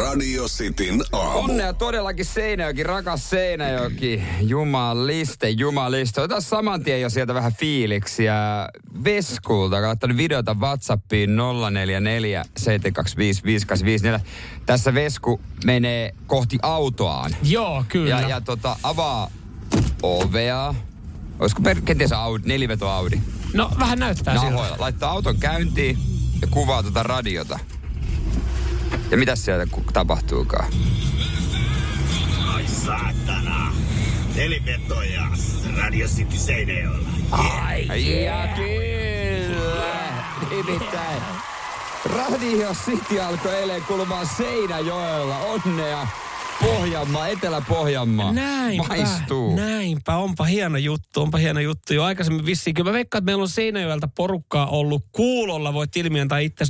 Radio Cityn aamu. Onnea todellakin Seinäjoki, rakas Seinäjoki. Jumaliste. Otetaan saman tien jo sieltä vähän fiiliksiä. Veskulta on laittanut videota WhatsAppiin 044 725 5854. Tässä Vesku menee kohti autoaan. Joo, kyllä. Ja avaa ovea. Olisiko kenties Audi, neliveto Audi? No, vähän näyttää siltä. Laittaa auton käyntiin ja kuvaa radiota. Ja mitäs sieltä tapahtuukaan? Ai saatana. Nelivetoja Radio City Seinäjoella. Ai ja kyllä. Nimittäin Radio City alkoi eilen kuulumaan Seinäjoella. Onnea. Pohjanmaa, Etelä-Pohjanmaa. Näinpä. Onpa hieno juttu. Jo aikaisemmin vissiin. Kyllä mä veikkaan, että meillä on Seinäjoelta porukkaa ollut kuulolla. Voit ilmiöntä itse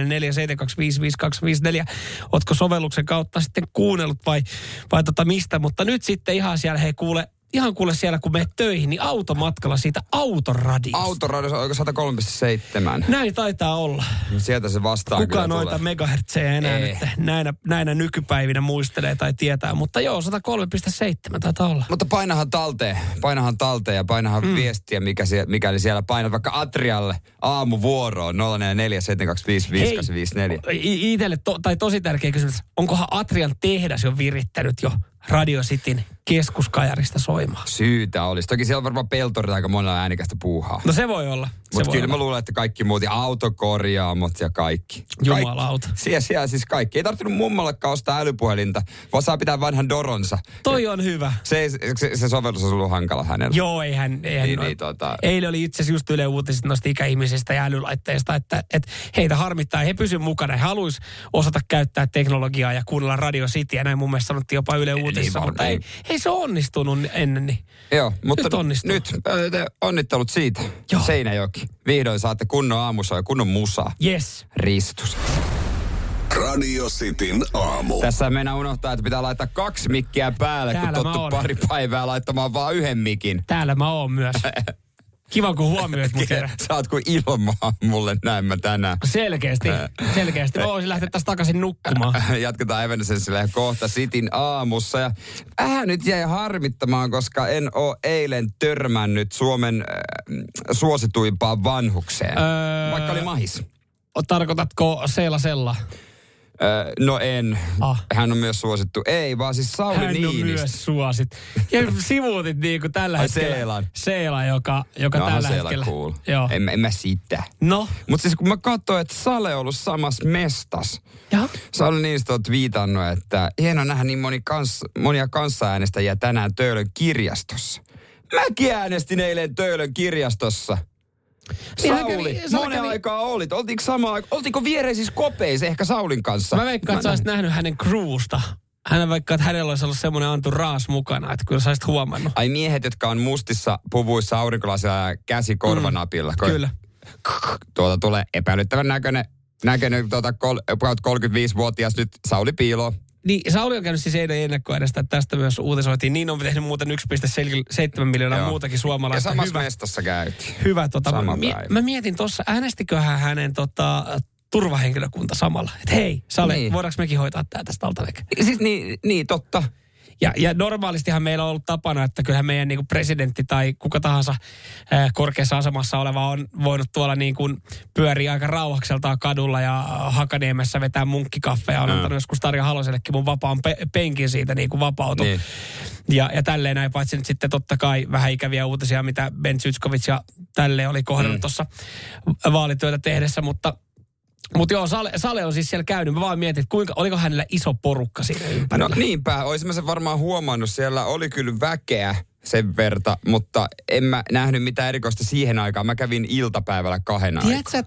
044 Ootko sovelluksen kautta sitten kuunnellut vai mistä? Mutta nyt sitten ihan siellä, kuule siellä, kun menet töihin, niin automatkalla siitä autoradiosta. Autoradiosta, oliko 103,7? Näin taitaa olla. Sieltä se vastaan kuka kyllä noita megahertsejä enää nyt näinä nykypäivinä muistelee tai tietää, mutta joo, 103,7 taitaa olla. Mutta painahan talteen ja painahan viestiä, mikäli siellä painat vaikka Atrialle aamuvuoroon 044 725 5854. Itselle tosi tärkeä kysymys, onkohan Atrian tehdas jo virittänyt jo Radio Cityn keskuskajarista soimaan? Syytä olisi. Toki siellä on varmaan peltorit aika monella äänikästä puuhaa. No se voi olla. Mutta kyllä mä luulen, että kaikki muut ja autokorjaamot ja kaikki. Jumalauta. Siellä siis kaikki. Ei tarvinnut mummallekaan ostaa älypuhelinta, vaan saa pitää vanhan Doronsa. Toi on hyvä. Se sovellus on ollut hankala hänellä. Joo, eihän Eilen oli itse asiassa just Yle Uutiset noista ikäihmisistä ja älylaitteista, että heitä harmittaa. He pysyvät mukana. He haluaisi osata käyttää teknologiaa ja kuunnella Radio Cityä. Näin mun mielestä sanottiin jopa Yle Uutisissa, mutta ei se onnistunut ennen. Niin. Joo, mutta nyt onnittelut siitä. Joo. Seinäjoki. Vihdoin saatte kunnon aamussa ja kunnon musaa. Yes. Ristus. Radio Cityn aamu. Tässä mennään unohtaa, että pitää laittaa 2 mikkiä päälle, täällä kun tottu pari päivää laittamaan vaan 1 mikin. Täällä mä oon myös. Kiva, kun huomioit mut. Sä oot kuin ilmaa mulle näin mä tänään. Selkeästi. Mä voisin lähteä taas takaisin nukkumaan. Jatketaan Evanescensillä kohta Cityn aamussa. Ja nyt jäi harmittamaan, koska en oo eilen törmännyt Suomen suosituimpaan vanhukseen. Vaikka oli mahis. Tarkoitatko Sella? No en. Hän on myös suosittu. Ei, vaan siis Sauli Niinistö. Hän on myös suosittu. Ja sivuutit niin kuin tällä hetkellä. Seela, joka tällä hetkellä. Cool. Joo. En mä sitä. No. Mutta siis kun mä katsoin, että Sale on ollut samassa mestas. Ja. Sauli Niinistö on viitannut, että hienoa nähdä niin monia kanssaäänestäjiä tänään Töölön kirjastossa. Mäkin äänestin eilen Töölön kirjastossa. Sauli, monen aikaa olit. Oltiinko viereisissä kopeissa ehkä Saulin kanssa? Mä veikkaan, että sä olisit nähnyt hänen crewsta. Hän vaikka, että hänellä olisi ollut semmoinen Antu Raas mukana, että kyllä sä olisit huomannut. Ai miehet, jotka on mustissa puvuissa aurinkolasilla ja käsi korvanapilla. Kyllä. Tulee epäilyttävän näköinen 35-vuotias nyt Sauli piiloo. Niin, Sauli on käynyt siis eilen ennakkoäänestä, että tästä myös uutisoitiin. Niin on tehnyt muuten 1,7 miljoonaa muutakin suomalaista. Ja samassa mestassa käytiin. Hyvä, mä mietin tuossa, äänestiköhän hänen turvahenkilökunta samalla. Että hei, Sale, voidaanko mekin hoitaa tää tästä alta veke? Siis niin, totta. Ja normaalistihan meillä on ollut tapana, että kyllähän meidän niin kuin presidentti tai kuka tahansa korkeassa asemassa oleva on voinut tuolla niin kuin pyöriä aika rauhakseltaan kadulla ja Hakaniemessä vetää munkkikaffeja. On antanut joskus Tarja Halosellekin mun vapaan penkin siitä niin kuin vapautu. Niin. Ja tälleen näin, paitsi nyt sitten totta kai vähän ikäviä uutisia, mitä Ben Zyskowicz ja tälleen oli kohdannut tuossa vaalityötä tehdessä, mutta joo, Sale on siis siellä käynyt. Mä vaan mietin, että oliko hänellä iso porukka siinä ympärillä. No niinpä, olisin mä sen varmaan huomannut. Siellä oli kyllä väkeä sen verta, mutta en mä nähnyt mitään erikoista siihen aikaan. Mä kävin iltapäivällä 2 aikaa. Tiedätkö,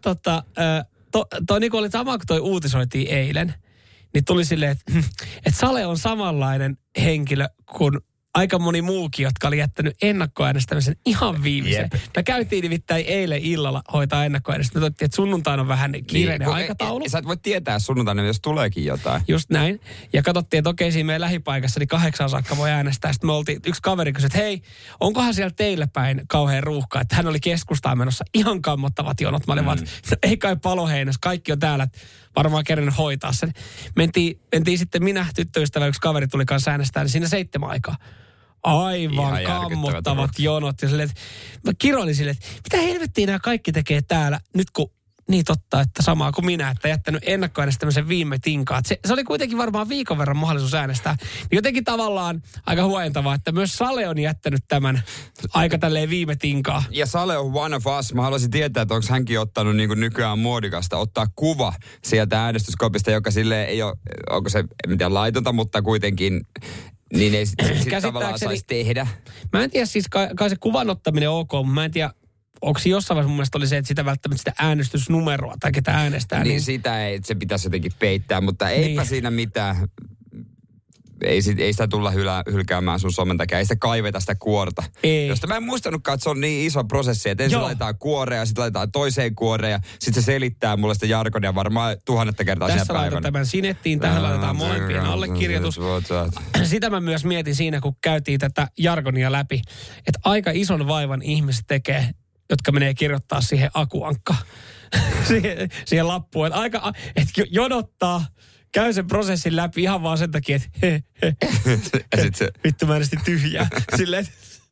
toi niin kuin oli sama, kun toi uutisoitiin eilen, niin tuli silleen, että Sale on samanlainen henkilö kuin aika moni muukin, jotka oli jättänyt ennakkoäänestämisen ihan viimeisen. Jep. Me käytiin nimittäin eilen illalla hoitaa ennakkoäänestämistä. Me todettiin, että sunnuntaina on vähän kiireinen aikataulu. Sä et voi tietää sunnuntaina, jos tuleekin jotain. Just näin. Ja katsottiin, että okei, siinä meidän lähipaikassa niin 8 saakka voi äänestää. Sitten me oltiin, yksi kaveri kysyi, että hei, onkohan siellä teillä päin kauhean ruuhka? Että hän oli keskustaan menossa ihan kammottavat jonot. Mä olin vaan, no ei kai Paloheinässä, kaikki on täällä. varmaan kerännyt hoitaa sen. Mentiin sitten minä, tyttöystävä, yksi kaveri tuli kanssa äänestää, niin siinä 7 aikaa. Aivan kammottavat jonot. Ja silleen, mä kiroilin silleen, että mitä helvettiä nämä kaikki tekee täällä, nyt kun niin totta, että samaa kuin minä, että jättänyt ennakkoäänestämisen viime tinkaan. Se oli kuitenkin varmaan viikon verran mahdollisuus äänestää. Jotenkin tavallaan aika huojentavaa, että myös Sale on jättänyt tämän aika tälleen viime tinkaa. Ja Sale on one of us. Mä haluaisin tietää, että onko hänkin ottanut niin kuin nykyään muodikasta ottaa kuva sieltä äänestyskopista, joka silleen ei ole, onko se mitään laitonta, mutta kuitenkin niin ei sit tavallaan saisi tehdä. Mä en tiedä, siis kai se kuvan ottaminen ok, mutta mä en tiedä, onko jossain vaiheessa mun mielestä oli se, että sitä välttämättä sitä äänestysnumeroa tai ketä äänestää. Niin sitä ei, se pitäisi jotenkin peittää, mutta eipä siinä mitään. Ei sitä tulla hylkäämään sun somen takia. Ei sitä kaiveta sitä kuorta. Ei. Josta mä en muistanutkaan, että se on niin iso prosessi, että ensin laitetaan kuoreen ja sitten laitetaan toiseen kuoreen ja sitten se selittää mulle sitä jargonia varmaan 1000 kertaa siinä päivänä. Tässä tämän sinettiin, tähän laitetaan molempien allekirjoitus. Sitä mä myös mietin siinä, kun käytiin tätä jargonia läpi, että aika ison vaivan ihmiset tekee, jotka menee kirjoittaa siihen akuankkaan, siihen lappuun. Että jonottaa, käy sen prosessin läpi ihan vaan sen takia, että vittu mä äänestin tyhjää. Silleen,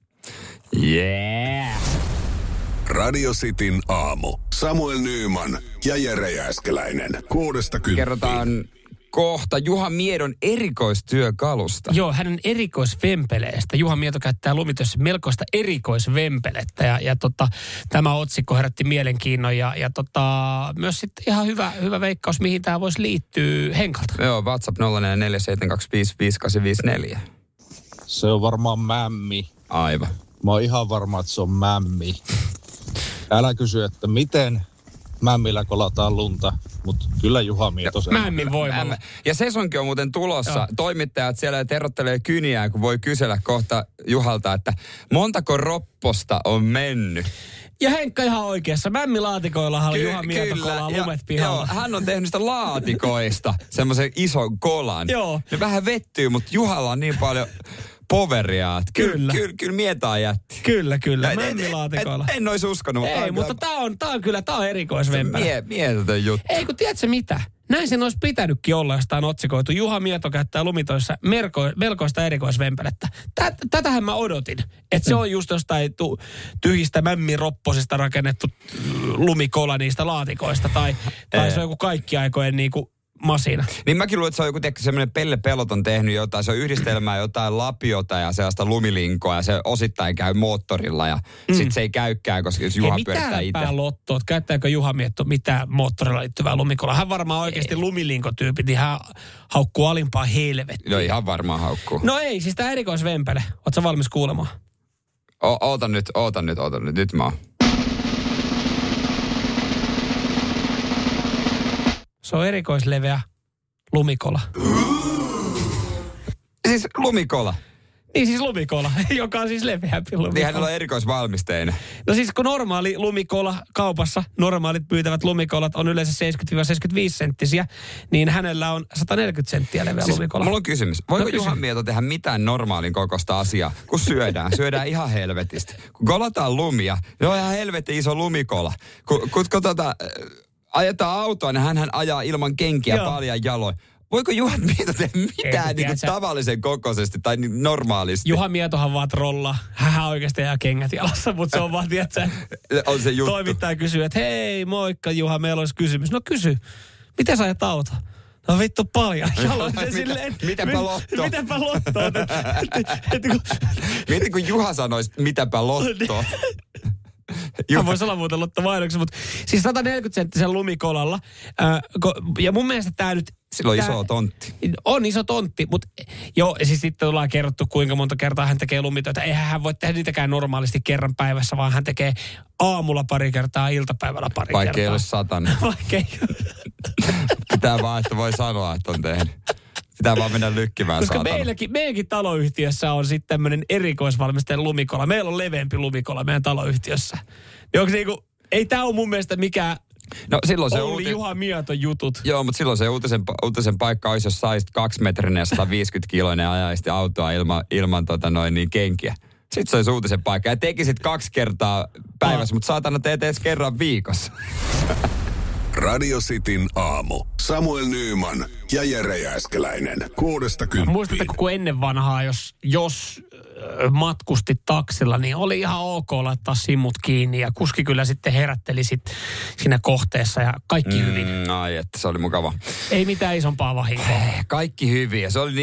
yeah. Radio Cityn aamu. Samuel Nyyman ja Jere Jääskeläinen. 6-10. Kerrotaan kohta Juha Miedon erikoistyökalusta. Joo, hänen erikoisvempeleestä. Juha Mieto käyttää lumitöissä melkoista erikoisvempelettä ja tämä otsikko herätti mielenkiinnon ja myös sitten ihan hyvä veikkaus, mihin tämä voisi liittyä Henkalta. Joo, WhatsApp 0447255854. Se on varmaan mämmi. Aivan. Mä oon ihan varma, että se on mämmi. Älä kysy, että miten mämmillä kolataan lunta, mutta kyllä Juha Mieto sen. Mämmin voimalla. Ja sesonkin on muuten tulossa. Joo. Toimittajat siellä terottelee kyniään, kun voi kysellä kohta Juhalta, että montako ropposta on mennyt. Ja Henkka ihan oikeassa. Mämmilaatikoillahan Juha Mieto kolaa lumet pihalla. Joo, hän on tehnyt sitä laatikoista semmoisen ison kolan. Joo. Ne vähän vettyy, mutta Juhalla on niin paljon poveria. Kyllä Mietaa jätti. Kyllä. Mämmilaatikoilla. En olisi uskonut. Ei, mutta tää on erikoisvempelä. Mieletön juttu. Ei, kun tiedätkö mitä? Näin sen olisi pitänytkin olla, jos tämä on otsikoitu. Juha Mieto käyttää lumitoissa melkoista erikoisvempelettä. Tätähän mä odotin. Että se on just jostain tyhjistä mämmiropposista rakennettu lumikola niistä laatikoista. Tai se on joku kaikkiaikojen niinku masina. Niin mäkin luulen, että se on joku semmoinen Pelle Peloton tehnyt jotain. Se on yhdistelmää jotain lapiota ja sellaista lumilinkoa ja se osittain käy moottorilla ja sit se ei käykään, koska jos Juha pyörittää itse. Mitään lottoa. Käyttääkö Juha Mietto mitään moottorilla liittyvää lumikolla? Hän varmaan oikeasti lumilinkotyypit, niin hän haukkuu alimpaa helvettiä. No ihan varmaan haukkuu. No ei, siis tää erikoisvempele. Ootko valmis kuulemaan? Oota nyt. Nyt mä oon. Se on erikoisleveä lumikola. Siis lumikola? Niin siis lumikola, joka on siis leveämpi lumikola. Niin hänellä on erikoisvalmisteina. No siis kun normaali lumikola kaupassa, normaalit myytävät lumikolat on yleensä 70-75 senttisiä, niin hänellä on 140 senttiä leveä siis lumikola. Mulla on kysymys. Voiko Juha Mieto tehdä mitään normaalin kokoista asiaa, kun syödään? Syödään ihan helvetistä. Kun kolataan lumia, niin on ihan helvetin iso lumikola. Kun ajetaan autoa, niin hän ajaa ilman kenkiä paljon jaloin. Voiko Juha Mieto tehdä mitään niin kuin tavallisen kokoisesti tai niin normaalisti? Juha Mietohan vaan trollaa. Hän oikeasti ajaa kengät jalassa, mutta se on vaan, tiedätkö, on se juttu. Toimittaja kysyy, että hei, moikka Juha, meillä olisi kysymys. No kysy, miten sä ajat autoa? No vittu paljon jaloin. Mitäpä lottoa? Mitäpä lottoa? Mietin, kun Juha sanoisi, mitäpä lottoa. Hän voisi olla muuten lottomainoksia, mutta siis 140-senttisen lumikolalla. Ja mun mielestä tämä nyt... Sillä on iso tontti. On iso tontti, mutta joo, siis sitten ollaan kerrottu, kuinka monta kertaa hän tekee lumitöitä. Eihän hän voi tehdä niitäkään normaalisti kerran päivässä, vaan hän tekee aamulla pari kertaa, iltapäivällä pari kertaa. Vaikka ei ole satanen. Vaikka ei Pitää vaan, että voi sanoa, että on tehnyt. Pitää vaan mennä lykkimään koska saatana. meidänkin taloyhtiössä on sitten tämmöinen erikoisvalmisteinen lumikola. Meillä on leveämpi lumikola meidän taloyhtiössä. Niin onko niinku, ei tää ole mun mielestä mikään Olli Juha Mieton jutut. Joo, mutta silloin se uutisen paikka olisi, jos saisit 2-metrinen ja 150-kiloinen ja ajaisit autoa ilman kenkiä. Sitten se olisi uutisen paikka. Ja tekisit 2 kertaa päivässä, mutta saatana teet edes kerran viikossa. Radio Cityn aamu. Samuel Nyyman ja Jere Jääskeläinen. 6–10. Muistatteko, kun ennen vanhaa, jos matkusti taksilla, niin oli ihan ok laittaa simmut kiinni ja kuski kyllä sitten herätteli siinä kohteessa ja kaikki hyvin. Ai, että se oli mukava. Ei mitään isompaa vahinkoa. Kaikki hyvin ja se oli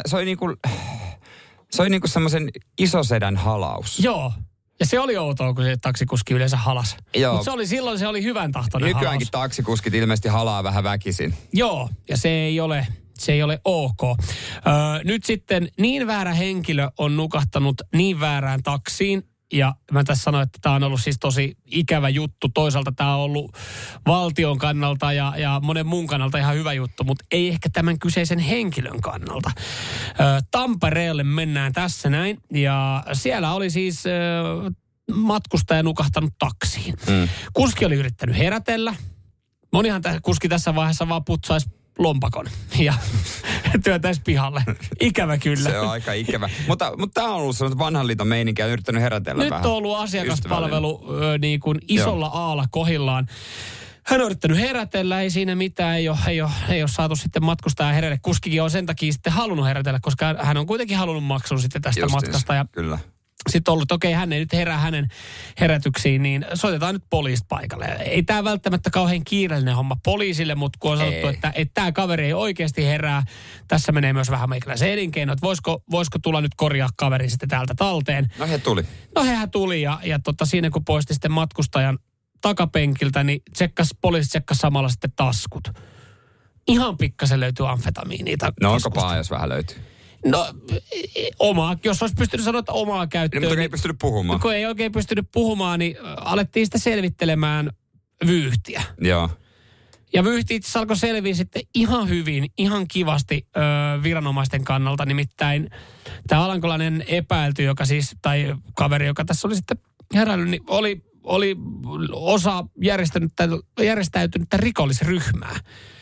niinku semmoisen isosedän halaus. Joo. Ja se oli outoa, kun se taksikuski yleensä halas. Mutta silloin se oli hyvän tahtoinen halas. Nykyäänkin taksikuskit ilmeisesti halaa vähän väkisin. Joo, ja se ei ole ok. Nyt sitten niin väärä henkilö on nukahtanut niin väärään taksiin. Ja mä tässä sanoin, että tämä on ollut siis tosi ikävä juttu. Toisaalta tämä on ollut valtion kannalta ja monen muun kannalta ihan hyvä juttu, mutta ei ehkä tämän kyseisen henkilön kannalta. Tampereelle mennään tässä näin. Ja siellä oli siis matkustaja nukahtanut taksiin. Kuski oli yrittänyt herätellä. Monihan kuski tässä vaiheessa vaan putsaisi lompakon ja työtäisi pihalle. Ikävä kyllä. Se on aika ikävä. Mutta tämä on ollut sellainen vanhan liiton meininki ja yrittänyt herätellä nyt vähän. Nyt on ollut asiakaspalvelu niin kuin isolla aalla kohillaan. Hän on yrittänyt herätellä, ei siinä mitään, ei ole saatu sitten matkustaa herälle. Kuskikin on sen takia sitten halunnut herätellä, koska hän on kuitenkin halunnut maksun sitten tästä matkasta. Ja kyllä. Sitten ollut, okei, hän ei nyt herää hänen herätyksiin, niin soitetaan nyt poliisit paikalle. Ei tämä välttämättä kauhean kiireellinen homma poliisille, mutta kun on sanottu, että tämä kaveri ei oikeasti herää, tässä menee myös vähän meikäläisen elinkeino, että voisiko tulla nyt korjaa kaveri sitten täältä talteen. No he tuli. No hehän tuli ja siinä kun poisti sitten matkustajan takapenkiltä, niin poliisit tsekkasi samalla sitten taskut. Ihan pikkasen löytyy amfetamiinia. No onko paha, jos vähän löytyy? No, jos olisi pystynyt sanoa, että omaa käyttöön. Mutta ei pystynyt puhumaan. Kun ei oikein pystynyt puhumaan, niin alettiin sitä selvittelemään vyyhtiä. Joo. Ja vyyhti itse alkoi selviä sitten ihan hyvin, ihan kivasti viranomaisten kannalta. Nimittäin tämä alankolainen epäilty, tai kaveri, joka tässä oli sitten herännyt, niin oli osa järjestäytynyttä rikollisryhmää.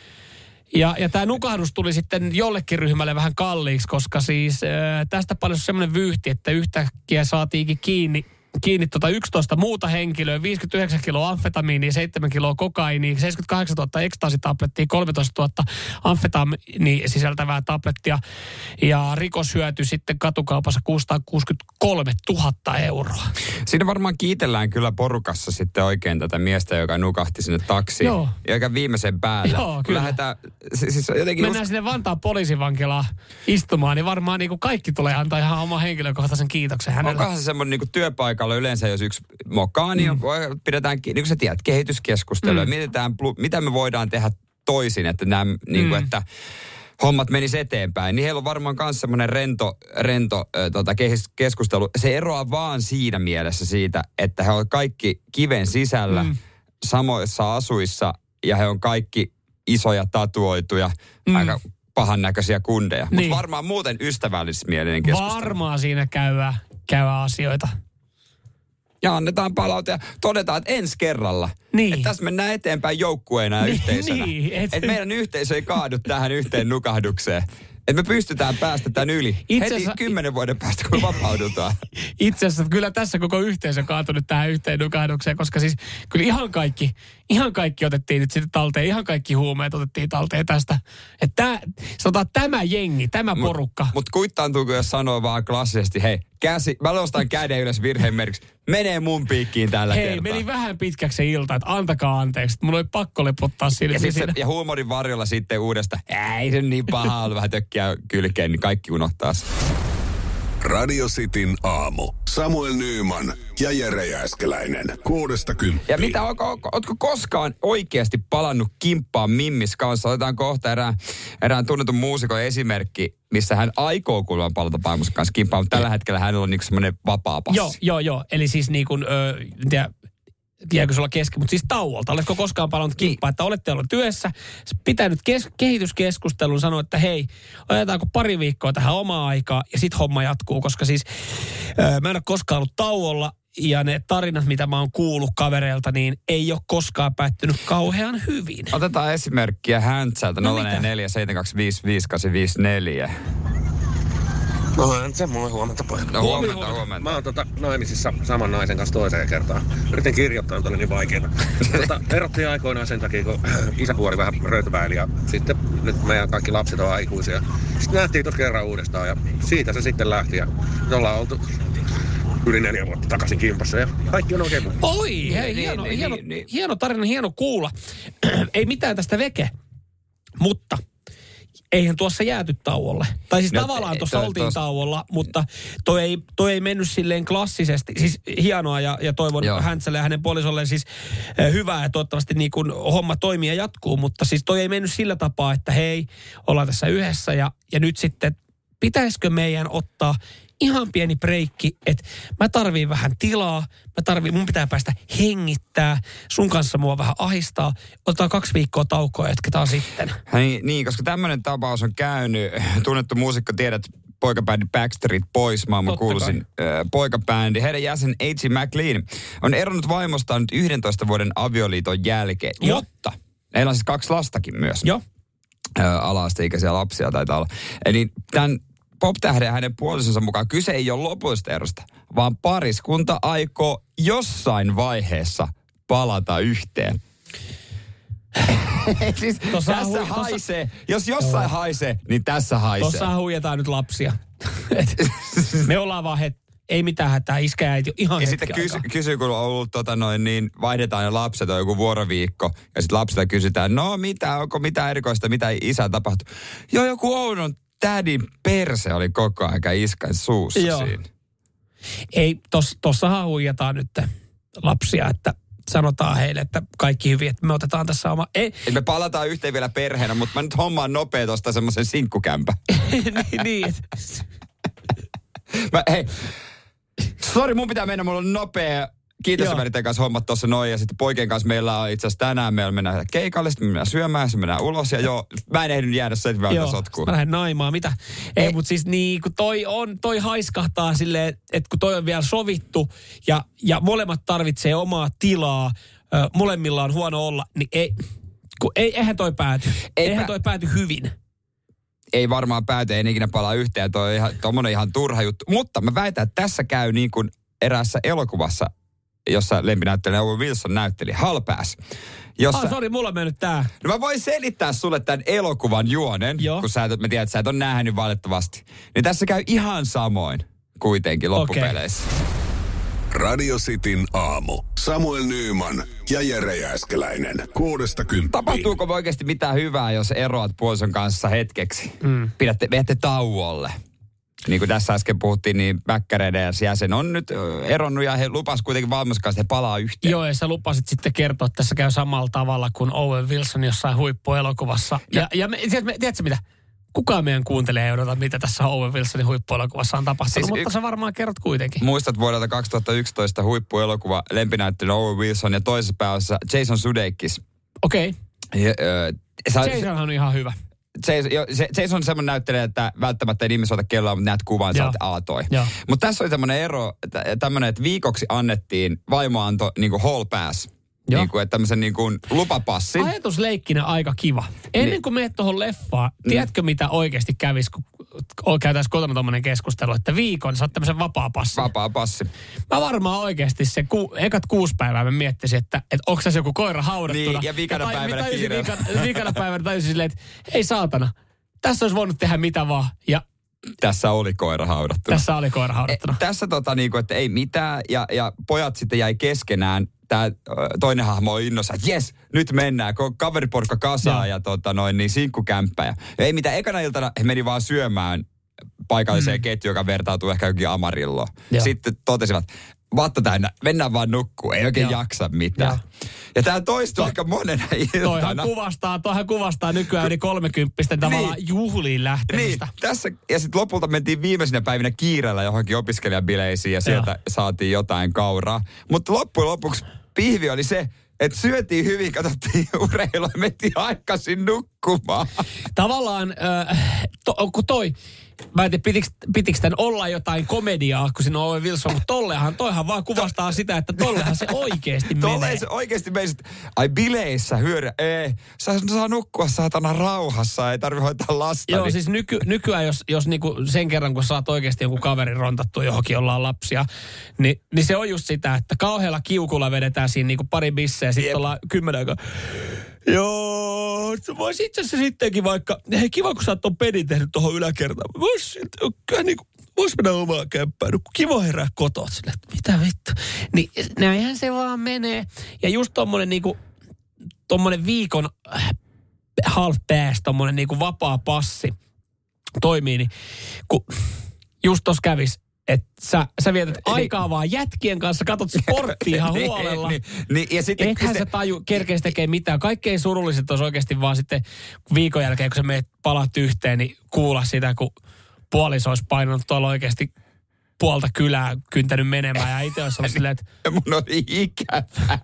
Ja tämä nukahdus tuli sitten jollekin ryhmälle vähän kalliiksi, koska siis tästä paljon semmoinen vyyhti, että yhtäkkiä saatiinkin kiinni 11 muuta henkilöä, 59 kiloa amfetamiinia, 7 kiloa kokainia, 78 000 ekstaasitablettia, 13 000 amfetamiinia sisältävää tablettia ja rikoshyöty sitten katukaupassa 663 000 euroa. Siinä varmaan kiitellään kyllä porukassa sitten oikein tätä miestä, joka nukahti sinne taksiin. Joo. Ja viimeisen päälle. Joo, kyllä. Mennään sinne Vantaan poliisivankilaan istumaan, niin varmaan niin kuin kaikki tulee antaa ihan oman henkilökohtaisen kiitoksen hänelle. Onkohan se semmoinen niin kuin työpaikalla yleensä, jos yksi mokaa, niin pidetään, niin kuin sä tiedät, kehityskeskustelua. Mietitään, mitä me voidaan tehdä toisin, että nämä, niin kuin, että hommat menis eteenpäin. Niin heillä on varmaan myös semmoinen rento keskustelu. Se eroaa vaan siinä mielessä siitä, että he on kaikki kiven sisällä samoissa asuissa ja he on kaikki isoja tatuoituja, aika pahan näköisiä kundeja. Niin. Mutta varmaan muuten ystävällismielinen keskustelu. Varmaan siinä käy asioita. Ja annetaan palaute ja todetaan, että ensi kerralla. Niin. Että tässä mennään eteenpäin joukkueena ja yhteisönä. Niin, että meidän yhteisö ei kaadu tähän yhteen nukahdukseen. Että me pystytään päästä tämän yli. Heti 10 vuoden päästä, kun me vapaudutaan. Itse asiassa kyllä tässä koko yhteisö kaatui nyt tähän yhteen nukahdukseen, koska siis kyllä ihan kaikki otettiin nyt sitten talteen. Ihan kaikki huumeet otettiin talteen tästä. Että sanotaan tämä jengi, tämä porukka. Mutta kuittaantuuko, jos sanoo vaan klassisesti, hei, mä nostan käden ylös virheen merkiksi. Menee mun piikkiin tällä kertaa. Hei, meni vähän pitkäksi se ilta, että antakaa anteeksi. Mulla oli pakko lepottaa sille. Ja huumorin varjolla sitten uudesta, ei se niin paha ollut, vähän tökkiä kylkeen, niin kaikki unohtaa se. Radio Cityn aamu. Samuel Nyyman ja Jere Jääskeläinen. 6–10. Ja mitä, ootko koskaan oikeasti palannut kimppaan Mimmis kanssa? Otetaan kohta erään tunnetun muusikon esimerkki, missä hän aikoo kuulemma palata vaimonsa kanssa kimppaan, mutta tällä hetkellä hänellä on niinku semmoinen vapaa passi. Joo. Eli siis niin kuin, jääkö sulla kesken, mutta siis tauolta. Oletko koskaan palannut kimppaan, että olette olleet työssä, pitänyt kehityskeskustelun, sanoa, että hei, otetaanko pari viikkoa tähän omaa aikaa ja sitten homma jatkuu, koska siis mä en ole koskaan ollut tauolla ja ne tarinat, mitä mä oon kuullut kavereilta, niin ei ole koskaan päättynyt kauhean hyvin. Otetaan esimerkkiä Häntsältä 044 725 5854. No se mulle huomenta pojat. No huomenta. Mä oon naimisissa saman naisen kanssa toiseen kertaan. Yritin kirjoittaa, mutta oli niin vaikeeta. Erottiin aikoinaan sen takia, kun isäpuoli vähän röytäväili ja sitten nyt meidän kaikki lapset on aikuisia. Sitten nähtiin tuossa kerran uudestaan ja siitä se sitten lähti ja me ollaan oltu yli 4 vuotta takaisin kimpassa ja kaikki on oikein. Oi, hei, hieno tarina, hieno kuulla. Ei mitään tästä veke, mutta eihän tuossa jääty tauolle. Tai siis tavallaan tuossa oltiin tauolla, mutta toi ei mennyt silleen klassisesti. Siis hienoa ja toivon Häntselle ja hänen puolisolleen siis hyvää ja toivottavasti niin kuin homma toimii ja jatkuu. Mutta siis toi ei mennyt sillä tapaa, että hei, ollaan tässä yhdessä ja nyt sitten pitäisikö meidän ottaa ihan pieni breikki, että mä tarviin vähän tilaa, mun pitää päästä hengittää, sun kanssa mua vähän ahistaa, otetaan 2 viikkoa taukoa ja jatketaan sitten. Niin, koska tämmöinen tapaus on käynyt, tunnettu muusikko, tiedät, poikabändi Backstreet Boys, maailman kuuluisin poikabändi. Heidän jäsen A.J. McLean on eronnut vaimostaan nyt 11 vuoden avioliiton jälkeen, mutta heillä on siis 2 lastakin myös. Joo. Ala-asteikäisiä lapsia taitaa olla. Eli tämän pop-tähden ja hänen puolisonsa mukaan kyse ei ole lopullisesta erosta, vaan pariskunta aikoo jossain vaiheessa palata yhteen. Siis tässä haisee. Jos jossain haisee, niin tässä haisee. Tuossa huijataan nyt lapsia. Me ollaan vaan ei mitään hätää, iskä ja äiti ihan ja sitten kysyy, kun on ollut niin vaihdetaan ne lapset, on joku vuoroviikko, ja sitten lapsilta kysytään, no onko mitään erikoista, mitä isä tapahtui? Joo, joku oudon tädin perse oli koko ajan iskan suussa siinä. Ei, tossahan huijataan nyt lapsia, että sanotaan heille, että kaikki hyvin, että me otetaan tässä oma... Me palataan yhteen vielä perheenä, mutta mä nyt hommaan nopea tosta semmoisen sinkkukämpä. niin. Hei, sori, mun pitää mennä, mulla on nopea kiitosväliteen kanssa hommat tuossa noin, ja sitten poikien kanssa meillä on itse asiassa tänään, meillä mennään keikalle, sitten me mennään syömään, sitten mennään ulos, ja mä en ehdinyt jäädä sen vielä sotkuun. Mä lähden naimaan, mitä? Ei, mutta siis niin, kun toi haiskahtaa silleen, että kun toi on vielä sovittu, ja molemmat tarvitsee omaa tilaa, molemmilla on huono olla, niin eihän toi pääty. Eihän toi pääty hyvin. Ei varmaan pääty, ei ikinä palaa yhteen, tommonen ihan turha juttu. Mutta mä väitän, että tässä käy niin kuin eräässä elokuvassa, jossa lempinäyttelijä Owen Wilson näytteli Hall Pass. Sori, mulla on mennyt tää. No mä voin selittää sulle tämän elokuvan juonen, kun mä tiedän, että sä et ole nähnyt valitettavasti. Niin tässä käy ihan samoin kuitenkin loppupeleissä. Okay. Radio Cityn aamu. Samuel Nyyman ja Jere Jääskeläinen. 6–10. Tapahtuuko oikeasti mitään hyvää, jos eroat puolison kanssa hetkeksi? Vedätte tauolle. Niin kuin tässä äsken puhuttiin, niin Mäkkäreiden jäsen on nyt eronnut ja he lupas kuitenkin valmiuskaan, että he palaa yhteen. Joo, ja sä lupasit sitten kertoa, että tässä käy samalla tavalla kuin Owen Wilson jossain huippuelokuvassa. Ja tiedätkö mitä? Kukaan meidän kuuntelee ei odota, mitä tässä Owen Wilsonin huippuelokuvassa on tapahtunut, mutta sä varmaan kerrot kuitenkin. Muistat vuodelta 2011 huippuelokuva lempinäyttelijä Owen Wilson ja toisessa päässä Jason Sudeikis. Okei. Jasonhan on ihan hyvä. Jason on semmoinen näyttelijä, että välttämättä ei nimissä ota kelloa, mutta näet kuvan, sä aatoi. Mutta tässä oli semmoinen ero, että viikoksi annettiin, vaimo antoi niin Hall Pass. Niin kuin, että tämmöisen niin kuin lupapassin. Ajatusleikkinä aika kiva. Ennen kuin menet tuohon leffaan, tiedätkö mitä oikeasti kävisi, kun käytäisiin kotona tommoinen keskustelu, että viikon saat tämmöisen vapaa-passin. Vapaa-passi. Mä varmaan oikeasti se ekat 6 päivää mä miettisin, että onko tässä joku koira haudattuna. Niin, ja viikana päivänä kiireellä. Viikana päivänä tajusin silleen, että hei saatana, tässä olisi voinut tehdä mitä vaan. Ja tässä oli koira haudattuna. Tässä niinku, että ei mitään, ja pojat sitten jäi keskenään. Tämä toinen hahmo on innossa, että jes, nyt mennään, kun kaveriporukka kasaa ja niin sinkkukämppä. Ja ei mitään, ekana iltana he meni vaan syömään paikalliseen ketjuun, joka vertautuu ehkä jokin Amarilloon. Sitten totesivat, vatta täynnä, mennään vaan nukkuun, ei oikein jaksa mitään. Ja tämä toistuu aika monena iltana. Toihan kuvastaa nykyään yli 30 tavallaan juhliin lähtemistä. Niin, tässä, ja sitten lopulta mentiin viimeisinä päivinä kiireellä johonkin opiskelijabileisiin ja sieltä saatiin jotain kauraa. Mutta loppujen lopuksi pihvi oli se, että syötiin hyvin, katsottiin urheilua ja mentiin aikaisin nukkumaan. Tavallaan mä en tiedä, pitikö tämän olla jotain komediaa, kun siinä on Owen Wilson, mutta toihan vaan kuvastaa sitä, että tollehan se oikeesti menee. Tolleen se oikeesti menee. Ai bileissä hyödä. Saa nukkua saatana rauhassa, ei tarvitse hoitaa lasta. Joo, niin. siis nykyään, jos niinku sen kerran, kun saat oikeasti jonkun kaverin rontattu johonkin, jolla on lapsia, niin se on just sitä, että kauhealla kiukulla vedetään siinä niinku pari bisseä, sitten ollaan 10 aikaa. Joo, voisi itse asiassa sittenkin vaikka, hei kiva kun sä oot ton pedin tehnyt tohon yläkertaan. Vois mennä omaan kämppään, kiva herää kotoa sille, että mitä vittu. Niin näinhän se vaan menee. Ja just tommonen viikon half pass, tommonen niinku vapaa passi toimii, niin kun just tossa kävis, että sä vietät aikaa vaan jätkien kanssa, katot sporttia ihan huolella. Ja sitten ethän sä kerkeis tekee mitään. Kaikkein surulliset olisi oikeasti vaan sitten viikon jälkeen, kun sä meet palat yhteen, niin kuulla sitä, kun puoliso olisi painanut tuolla oikeasti puolta kylää kyntänyt menemään. Ja itse olisi ollut silleen, että mun oli ikävä.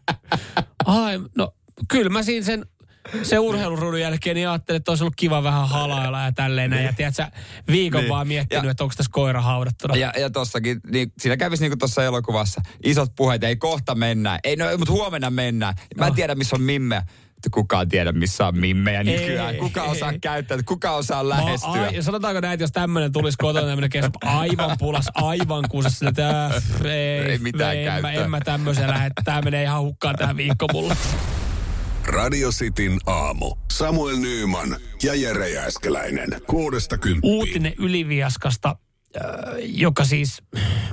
No kyllä mä siinä se urheilurudun jälkeen niin ajattelin, että olisi ollut kiva vähän halailla ja tälleen. Ja tiedät sä viikon vaan miettinyt, että onko tässä koira haudattuna. Ja tossakin, niin siinä kävisi niin kuin tuossa elokuvassa. Isot puheet, ei kohta mennään. Ei, no, mutta huomenna mennään. Mä en tiedä, missä on Mimmeä. Kukaan tiedä, missä on Mimmejä nykyään. Kuka osaa käyttää, kuka osaa lähestyä. Ja sanotaanko näin, että jos tämmöinen tulisi kotona, tämmöinen kesä, aivan pulas, aivan kuusessa, että ei mitään käyttää. En mä tämmöisen lähde. Tää menee ihan hukkaan tää viikko mulla. Radio Cityn aamu. Samuel Nyyman ja Jere Jääskeläinen. 6-10. Uutinen Yliviaskasta, joka siis...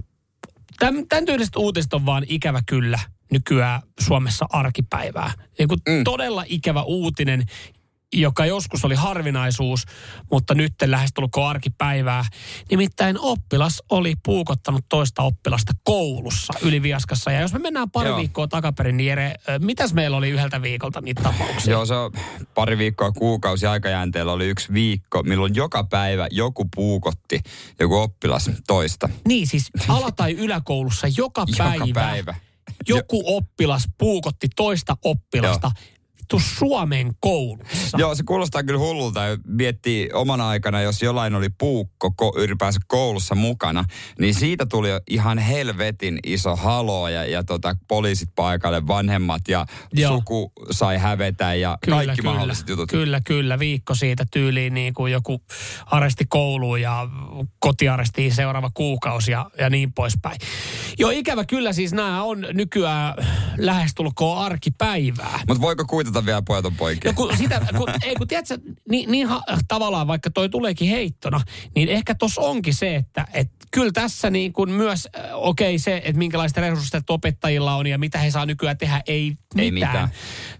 Tämän tyyliset uutiset on vaan ikävä kyllä nykyään Suomessa arkipäivää. Todella ikävä uutinen, joka joskus oli harvinaisuus, mutta nyt lähestulkoon arkipäivää. Nimittäin oppilas oli puukottanut toista oppilasta koulussa Yliviaskassa. Ja jos me mennään pari viikkoa takaperin, niin Jere, mitäs meillä oli yhdeltä viikolta niitä tapauksia? Joo, se on pari viikkoa kuukausi aikajänteellä oli 1 viikko, milloin joka päivä joku puukotti joku oppilas toista. Niin, siis ala- tai yläkoulussa joka päivä. Joku oppilas puukotti toista oppilasta. Suomen koulussa. Joo, se kuulostaa kyllä hullulta. Miettii omana aikana, jos jollain oli puukko ylipäänsä koulussa mukana, niin siitä tuli ihan helvetin iso haloo ja poliisit paikalle, vanhemmat ja suku sai hävetä ja kaikki mahdolliset jutut. Kyllä. Viikko siitä tyyliin niin kuin joku aresti kouluun ja kotiarestiin seuraava kuukausi ja niin poispäin. Joo, ikävä kyllä siis nämä on nykyään lähestulkoon arkipäivää. Mutta voiko kuitata vielä pojat on poikia? No kun tiedätkö, tavallaan vaikka toi tuleekin heittona, niin ehkä tossa onkin se, että kyllä tässä niin kuin myös, se, että minkälaista resursseja opettajilla on ja mitä he saa nykyään tehdä, ei mitään.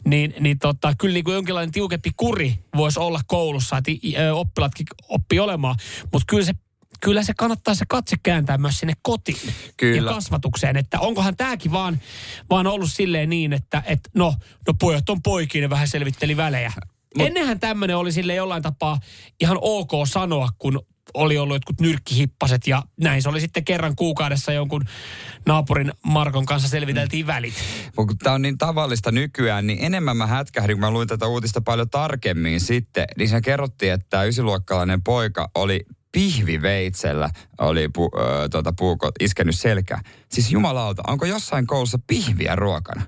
Kyllä niin kuin jonkinlainen tiukempi kuri voisi olla koulussa, että oppilaatkin oppii olemaan, mutta kyllä se kannattaa se katse kääntää myös sinne kotiin ja kasvatukseen, että onkohan tämäkin vaan ollut silleen niin, että no pojat on poikia, ne vähän selvitteli välejä. Ennenhän tämmöinen oli silleen jollain tapaa ihan ok sanoa, kun oli ollut jotkut nyrkkihippaset ja näin se oli sitten kerran kuukaudessa jonkun naapurin Markon kanssa selviteltiin välit. Kun tämä on niin tavallista nykyään, niin enemmän mä hätkähdin, kun mä luin tätä uutista paljon tarkemmin sitten, niin se kerrottiin, että 9-luokkalainen poika oli pihviveitsellä puukot iskenyt selkää. Siis jumalauta, onko jossain koulussa pihviä ruokana?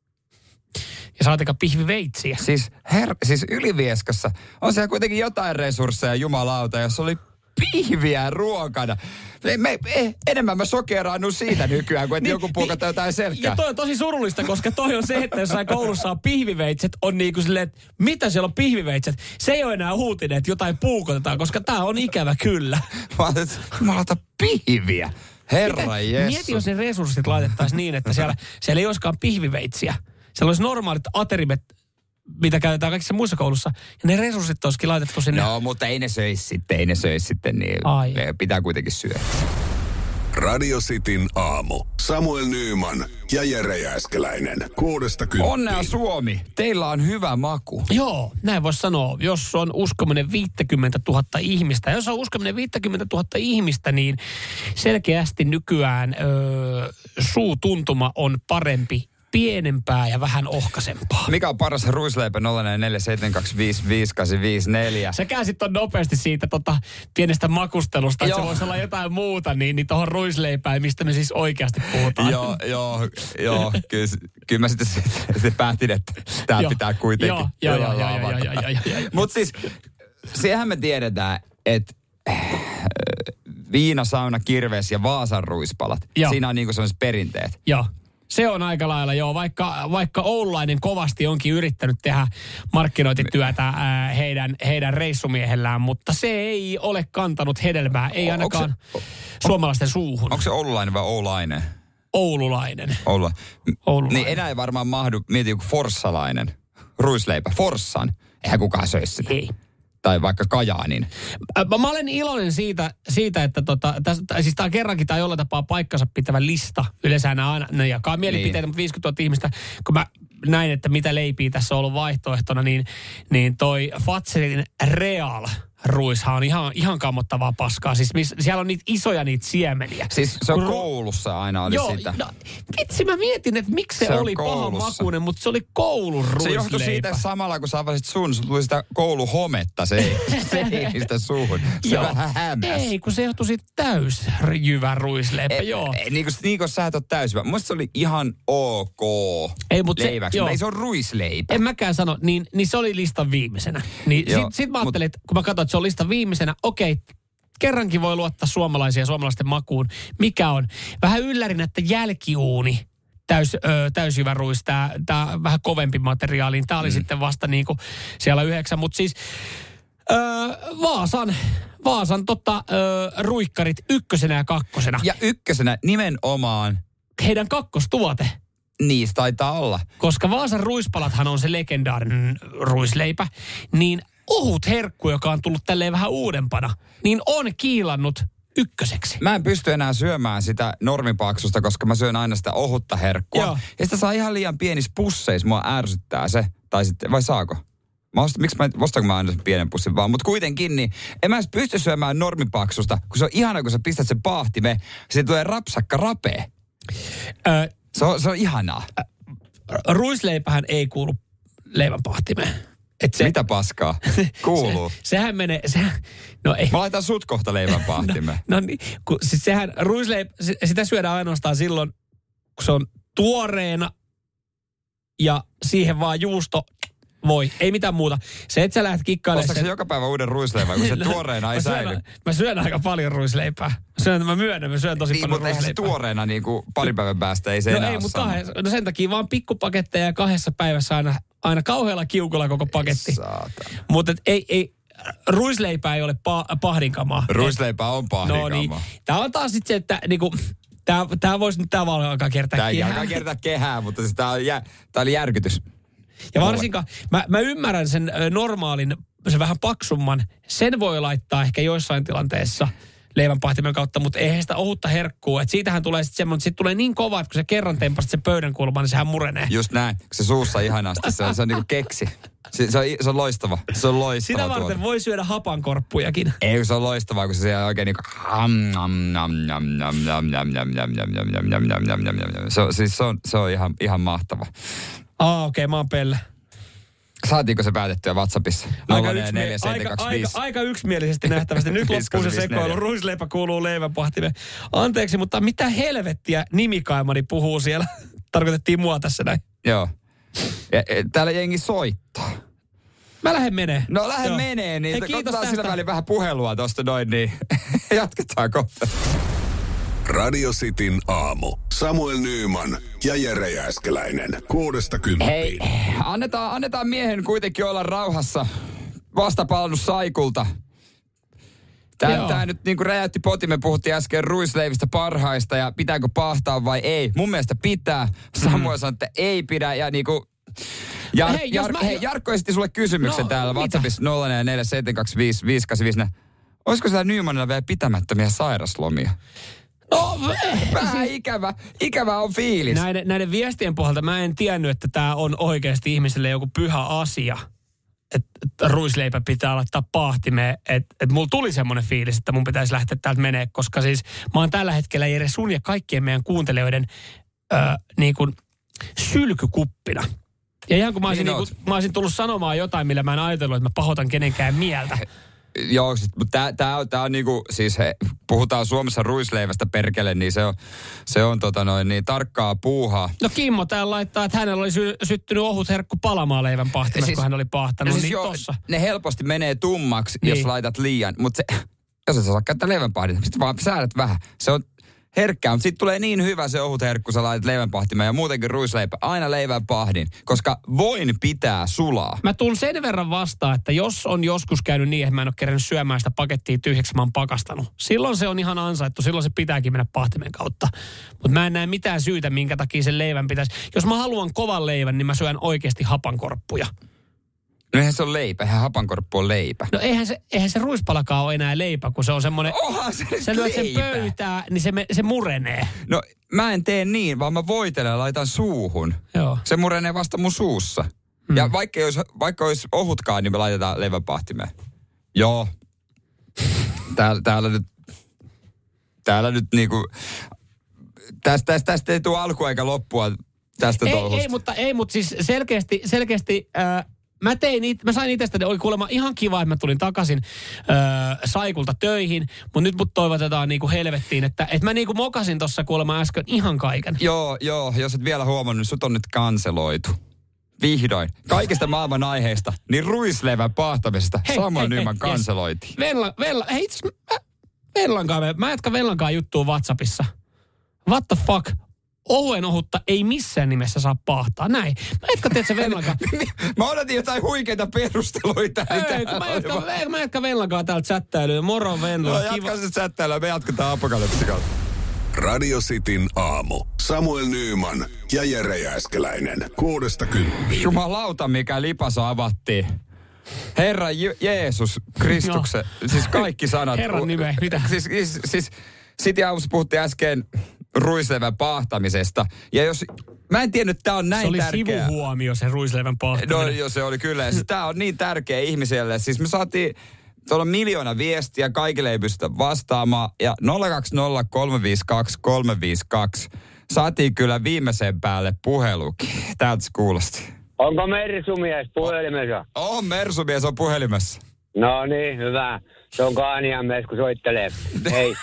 Ja saatika pihviveitsiä. Siis Ylivieskassa on siellä kuitenkin jotain resursseja, jumalauta, jos oli pihviä ruokana. Enemmän mä sokeraannun siitä nykyään, kuin että joku puukottaa jotain selkää. Ja toi on tosi surullista, koska toi on se, että jossain koulussa on pihviveitset, on niin kuin silleen, että mitä siellä on pihviveitset? Se ei ole enää uutinen, että jotain puukotetaan, koska tää on ikävä kyllä. Mä laitan pihviä. Herra Jeesus. Mieti, jos ne resurssit laitettaisiin niin, että siellä ei olisikaan pihviveitsiä. Siellä olisi normaalit aterimet, mitä käytetään kaikissa muissa koulussa. Ja ne resurssit olisikin laitettu sinne. No, mutta ei ne söisi sitten, niin pitää kuitenkin syödä. Radio Cityn aamu. Samuel Nyyman ja Jere Jääskeläinen. 6-10. Onnea Suomi. Teillä on hyvä maku. Joo, näin voisi sanoa. Jos on uskominen 50 000 ihmistä. Jos on uskominen 50 000 ihmistä, niin selkeästi nykyään suutuntuma on parempi pienempää ja vähän ohkaisempaa. Mikä on paras ruisleipä 047255854? Sä käsit on nopeasti siitä pienestä makustelusta, että se voisi olla jotain muuta, niin tuohon ruisleipään, mistä me siis oikeasti puhutaan. Joo, kyllä mä sitten päätin, että tää pitää kuitenkin. Joo. Mutta siis, sehän me tiedetään, että Viina, sauna, Kirves ja Vaasan ruispalat. Joo. Siinä on niinku sellaiset perinteet. Joo. Se on aika lailla, joo. Vaikka oululainen kovasti onkin yrittänyt tehdä markkinointityötä heidän reissumiehellään, mutta se ei ole kantanut hedelmää, ei ainakaan suomalaisten suuhun. Onko se oululainen vai oulainen? Oululainen. Oululainen. Niin enää ei varmaan mahdu, mieti joku forssalainen ruisleipä, Forssan. Eihän kukaan söisi sitä. Ei. Tai vaikka Kajaanin. Mä olen iloinen siitä että siis tää kerrankin tai jollain tapaa paikkansa pitävä lista. Yleensä ne jakaa mielipiteitä, mutta 50 000 ihmistä, kun mä näin, että mitä leipiä tässä on ollut vaihtoehtona, niin toi Fazerin Real ruishan on ihan kammottavaa paskaa. Siis siellä on niitä isoja niitä siemeniä. Siis se on koulussa aina oli sitä. No, vitsi mä mietin, että miksi se oli pahan makuinen, mutta se oli koulun ruisleipä. Se johtui siitä samalla, kun sä avasit sulla tuli sitä kouluhometta, se ei sitä suuhun. Se vähän hämäs. Ei, kun se johtui siitä täysjyvän ruisleipä, joo. Niin kuin sä et ole täysjyvä. Musta se oli ihan ok leiväksi, mutta ei se ole ruisleipä. En mäkään sano, niin se oli listan viimeisenä. Niin sit mä ajattelin, että kun mä katsoin, että se on listan viimeisenä, okei, kerrankin voi luottaa suomalaisten makuun. Mikä on? Vähän yllärin, että jälkiuuni täysjyvä ruis, tää vähän kovempi materiaali. Tää oli sitten vasta niinku siellä 9, mutta siis Vaasan ruikkarit 1. ja 2. Ja 1. nimenomaan. Heidän kakkostuote. Niistä taitaa olla. Koska Vaasan ruispalathan on se legendaarinen ruisleipä, niin ohut herkku, joka on tullut tälleen vähän uudempana, niin on kiilannut 1. Mä en pysty enää syömään sitä normipaksusta, koska mä syön aina sitä ohutta herkkua. Joo. Ja sitä saa ihan liian pienissä pusseissa, mua ärsyttää se. Tai sitten, vai saako? Ostanko mä aina sen pienen pussin vaan? Mutta kuitenkin, niin en mä edes pysty syömään normipaksusta, kun se on ihana, kun sä pistät sen paahtimeen, siitä tulee rapsakka rapee. Se on ihanaa. Ruisleipähän ei kuulu leivän pahtimeen. Mitä paskaa? Kuuluu. Sehän menee... No ei. Mä laitan sut kohta leivän pahtimeen. No niin, siis sehän sitä syödään ainoastaan silloin, kun se on tuoreena ja siihen vaan juusto voi. Ei mitään muuta. Se, et sä lähdet kikkailemaan... Ostatko se joka päivä uuden ruisleivän, kun se tuoreena ei säily? Mä syön aika paljon ruisleipää. Mä syön tosi paljon ruisleipää. Mutta eihän se tuoreena niin kuin parin päivän päästä ei se enää ei, mutta sen takia vaan pikkupaketteja ja 2 päivässä aina kauhealla kiukulla koko paketti. Mutta ei ruisleipää ei ole pahdinkamaa. Ruisleipää on pahdinkamaa. No niin. Tää on taas sitten se, että niinku... Tää voisi nyt tää vaan alkaa kiertää kehää. Tää alkaa kiertää kehää, mutta siis tää oli järkytys. Ja varsinkaan, mä ymmärrän sen normaalin, sen vähän paksumman, sen voi laittaa ehkä joissain tilanteessa leivänpahtimen kautta, mutta eihän sitä ohutta herkkuu. Että siitähän tulee sitten semmoinen, että siitä tulee niin kova, että kun sä kerran tempasit sen pöydän kulmaan, niin sehän murenee. Just näin, kun se suussa ihanasti, se on niinku keksi. Se on loistava. Se on loistava. Sitä varten voi syödä hapankorppujakin. Ei, se on loistavaa, kun se siellä oikein niinku... Se on ihan mahtava. Okei, mä oon Pelle. Saatiinko se päätettyä WhatsAppissa? Aika yksimielisesti nähtävästi. Nyt loppuu se sekoilu. Ruisleipä kuuluu leivänpahtimeen. Anteeksi, mutta mitä helvettiä nimikaimani puhuu siellä? Tarkoitettiin mua tässä näin. Joo. Täällä jengi soittaa. Mä lähden menee. No lähden menee, niin otetaan sillä välin vähän puhelua tosta noin, niin jatketaan kohta. Radio Cityn aamu. Samuel Nyyman ja Jere Jääskeläinen. 6–10. Hei, annetaan miehen kuitenkin olla rauhassa. Vastapalannut Saikulta. Tää nyt niin kuin räjäytti potin. Me puhuttiin äsken ruisleivistä parhaista ja pitääkö pahtaa vai ei. Mun mielestä pitää. Samuel sanoi, että ei pidä ja niin kuin... Jarkko esitti sulle kysymyksen täällä WhatsAppissa 047255854. Olisiko siellä Nymanilla vielä pitämättömiä sairaslomia? No, vähän ikävä on fiilis. Näiden viestien pohjalta mä en tiennyt, että tämä on oikeasti ihmiselle joku pyhä asia. Että ruisleipä pitää laittaa pahtimeen. Että mulla tuli semmoinen fiilis, että mun pitäisi lähteä täältä menee. Koska siis mä oon tällä hetkellä Jere sun ja kaikkien meidän kuuntelijoiden niin kuin sylkykuppina. Ja ihan kun mä olisin tullut sanomaan jotain, millä mä en ajatellut, että mä pahoitan kenenkään mieltä. Joo, mutta tää on niinku, siis puhutaan Suomessa ruisleivästä perkele, niin se on niin tarkkaa puuhaa. No Kimmo täällä laittaa, että hänellä oli syttynyt ohut herkku palamaan leivän pahtimessa, kun hän oli pahtanut. Siis niin tossa. Ne helposti menee tummaksi, jos laitat liian, mutta jos et saa käyttää leivänpahdinta, sitten vaan säädät vähän. Se on herkkää, mutta sitten tulee niin hyvä se ohut herkku, kun sä laitat leivänpahtimeen ja muutenkin ruisleipä, aina leivänpahdin, koska voin pitää sulaa. Mä tuun sen verran vastaan, että jos on joskus käynyt niin, että mä en ole kerännyt syömään sitä pakettia tyhjäksi, mä oon pakastanut. Silloin se on ihan ansaittu, silloin se pitääkin mennä pahtimen kautta. Mutta mä en näe mitään syytä, minkä takia sen leivän pitäisi. Jos mä haluan kovan leivän, niin mä syön oikeasti hapankorppuja. No eihän se ole leipä, eihän hapankorppu on leipä. No eihän se ruispalakaan ole enää leipä, kun se on semmoinen... Sä lyöt sen pöytää, niin se murenee. No mä en tee niin, vaan mä voitelen ja laitan suuhun. Joo. Se murenee vasta mun suussa. Ja vaikka olisi ohutkaan, niin me laitetaan leivänpahtimeen. Joo. Täällä nyt niinku... Tästä ei tule alkua eikä loppua tästä touhusta. Ei, mutta siis selkeästi mä sain itsestäni, oli kuulemma ihan kiva, että mä tulin takaisin Saikulta töihin, mutta nyt mut toivotetaan niinku helvettiin, että mä niinku mokasin tossa kuulemma äsken ihan kaiken. Joo, jos et vielä huomannut, niin sut on nyt kanseloitu. Vihdoin. Kaikista maailman aiheista, niin ruisleivän pahtamisesta Samuel Nyman kanseloitiin. Hei itse asiassa mä jatkan Vellankaan juttua WhatsAppissa. What the fuck? Ohuen ohutta ei missään nimessä saa pahtaa. Näin. Mä jatkan tietysti Vellankaan. Mä odotin jotain huikeita perusteluita. Mä jatkan Vellankaan täältä chattailuja. Moro Venla. No jatka se chattailuja. Me jatketaan Apokalypsin kautta. Radio Cityn aamu. Samuel Nyman ja Jere Jääskeläinen. 6–10. Jumalauta, mikä lipas avattiin. Herra Jeesus Kristuksen. Siis kaikki sanat. Herran nimeä. Mitä? Siis City aamussa puhuttiin äsken ruisleivän pahtamisesta. Ja jos... Mä en tiennyt, että tää on näin tärkeä. Se oli sivuhuomio, se ruisleivän pahtaminen. No joo, se oli kyllä. Siis tää on niin tärkeä ihmiselle. Siis me saatiin tuolla 1 000 000 viestiä, kaikille ei pystytä vastaamaan. Ja 020352352 saatiin kyllä viimeisen päälle puhelukin. Täältä se kuulosti. Onko Mersumies puhelimessa? On Mersumies on puhelimessa. No niin, hyvä. Se on Kaanian mies, kun soittelee. Hei.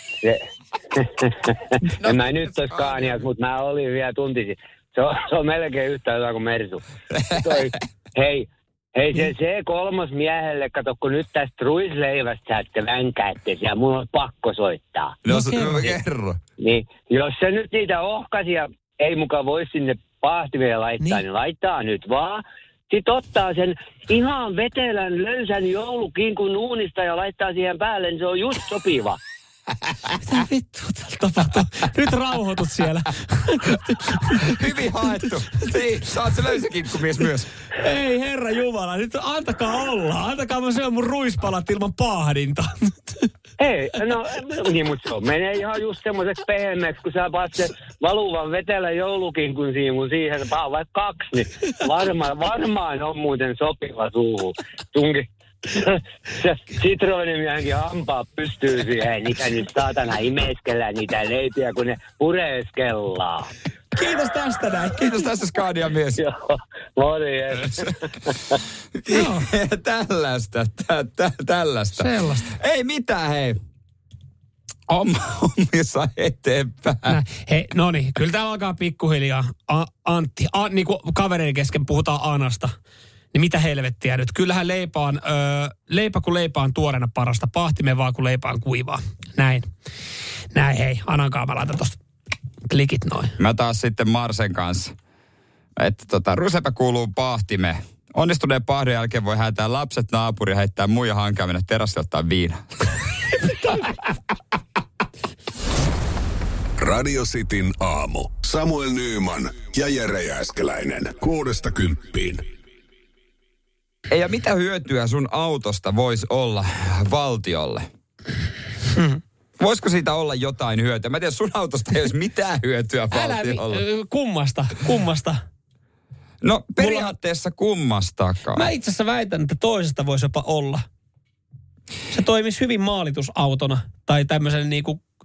En mä nyt ois Kaanias, mutta mä olin vielä tuntisin. Se on melkein yhtä hyvä kuin Mersu. Hei, se C3 miehelle, kato, kun nyt tästä ruisleivästä saatte vänkäätte, ja mun on pakko soittaa. No kerro. Niin, jos se nyt niitä ohkaisia ei mukaan voi sinne pahtimeen laittaa, niin laittaa nyt vaan. Sitten ottaa sen ihan vetelän löysän joulukinkun uunista ja laittaa siihen päälle, niin se on just sopiva. Mitä vittua täällä tapahtuu? Nyt rauhoitut siellä. Hyvin haettu. Niin, sä oot se löysäkinkkumies myös. Ei herra jumala, nyt antakaa olla. Antakaa mä syön mun ruispalat ilman pahdinta. Ei, no niin, mutta se menee ihan just semmoiseksi pehmeäksi, kun sä paat se valuvan vetellä joulukinkun siihen, vaikka 2, niin varmaan on muuten sopiva suuhun. Se sitroonimiehenkin hampaa pystyy siihen, niitä nyt saatana imeskellä niitä leipiä, kun ne pureskellaan. Kiitos tästä näin. Kiitos tästä Scania mies. Joo, morjens. Tällaista. Sellaista. Ei mitään, hei. Ommissa eteenpäin. Hei, no niin, kyllä täällä alkaa pikkuhiljaa. Antti, niin kuin kavereiden kesken puhutaan Anasta. Niin mitä helvettiä nyt? Kyllähän leipä kun leipä on tuoreena parasta, pahtimen vaan kun leipä on kuivaa. Näin hei, Anankaan mä laitan tosta klikit noin. Mä taas sitten Marsen kanssa. Että ruisleipä kuuluu pahtimeen. Onnistuneen pahdin jälkeen voi häätää lapset naapuri, heittää muija hankaa, mennä terassille ottaa viinaa. Radio Cityn aamu. Samuel Nyman ja Jere Jääskeläinen. 6–10. Ja mitä hyötyä sun autosta voisi olla valtiolle? Voisiko siitä olla jotain hyötyä? Mä tiedän, sun autosta ei olisi mitään hyötyä valtiolle. Kummasta? No periaatteessa kummastakaan. Mä itse asiassa väitän, että toisesta voisi jopa olla. Se toimisi hyvin maalitusautona tai tämmöisen niinku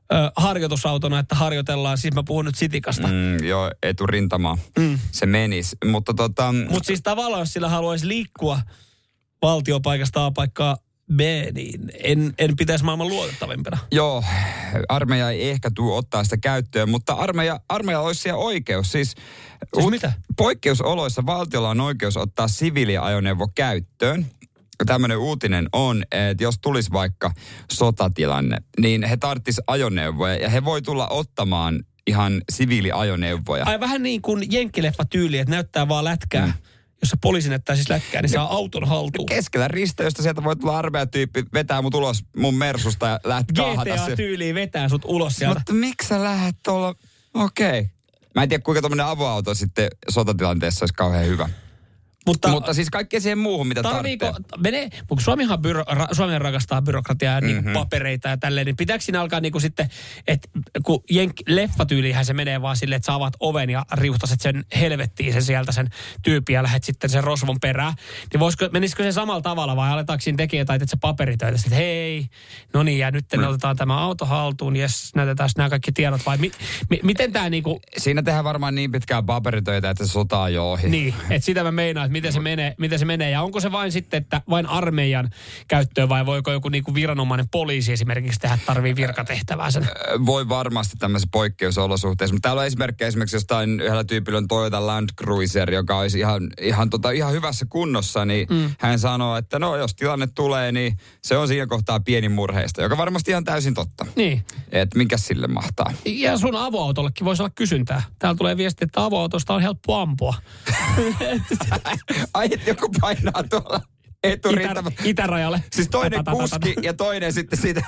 harjoitusautona, että harjoitellaan. Siis mä puhun nyt Citicasta. Joo, eturintamaa. Se menisi. Mutta Mutta siis tavallaan, jos sillä haluaisi liikkua valtiopaikasta A paikkaa B, niin en pitäisi maailman luotettavimpana. Joo, armeija ei ehkä tule ottaa sitä käyttöön, mutta armeija olisi siellä oikeus. Siis mitä? Poikkeusoloissa valtiolla on oikeus ottaa siviiliajoneuvo käyttöön. Tämmöinen uutinen on, että jos tulisi vaikka sotatilanne, niin he tarvitsisi ajoneuvoja ja he voi tulla ottamaan ihan siviiliajoneuvoja. Ai vähän niin kuin jenkkileffa-tyyli, että näyttää vaan lätkää. Jos se poliisi näyttää siis lätkää, niin saa auton haltuun. Keskellä risteystä sieltä voi tulla armeijatyyppi, vetää mut ulos mun Mersusta ja GTA-tyyliin vetää sut ulos sieltä. Mutta miksi sä lähdet tuolla? Okei. Mä en tiedä, kuinka tommonen avoauto sitten sotatilanteessa olisi kauhean hyvä. Mutta siis kaikkea siihen muuhun, mitä tarvitsee. Kun Suomi rakastaa byrokratiaa ja niin papereita ja tälleen, niin pitääkö siinä alkaa niin sitten, että kun leffatyylihän se menee vaan silleen, että sä avaat oven ja riuhtaset sen helvettiin sen sieltä sen tyypin ja lähdet sitten sen rosvon perään. Niin menisikö se samalla tavalla vai aletaanko siinä tekijä tai että se paperitöitä, että hei, no niin ja nyt otetaan tämä auto haltuun, jes, näytetään nämä kaikki tiedot vai miten tämä niinku... Siinä tehdään varmaan niin pitkään paperitöitä, että se sota on jo ohi. Niin, että sitä mä meinaan, että miten se menee. Ja onko se vain sitten, että vain armeijan käyttöön vai voiko joku niinku viranomainen poliisi esimerkiksi tehdä, tarvii virkatehtävää sen? Voi varmasti tämmöisessä poikkeusolosuhteessa. Mutta täällä on esimerkiksi jostain yhdellä tyypillä on Toyota Land Cruiser, joka olisi ihan hyvässä kunnossa. Niin hän sanoo, että no jos tilanne tulee, niin se on siinä kohtaa pieni murheista, joka varmasti ihan täysin totta. Niin. Että minkä sille mahtaa. Ja sun avoautollekin voisi olla kysyntää. Täällä tulee viesti, että avoautosta on helppo ampua. Ai, että joku painaa tuolla eturintamalla. Itärajalle. Siis toinen kuski ja toinen sitten sitä.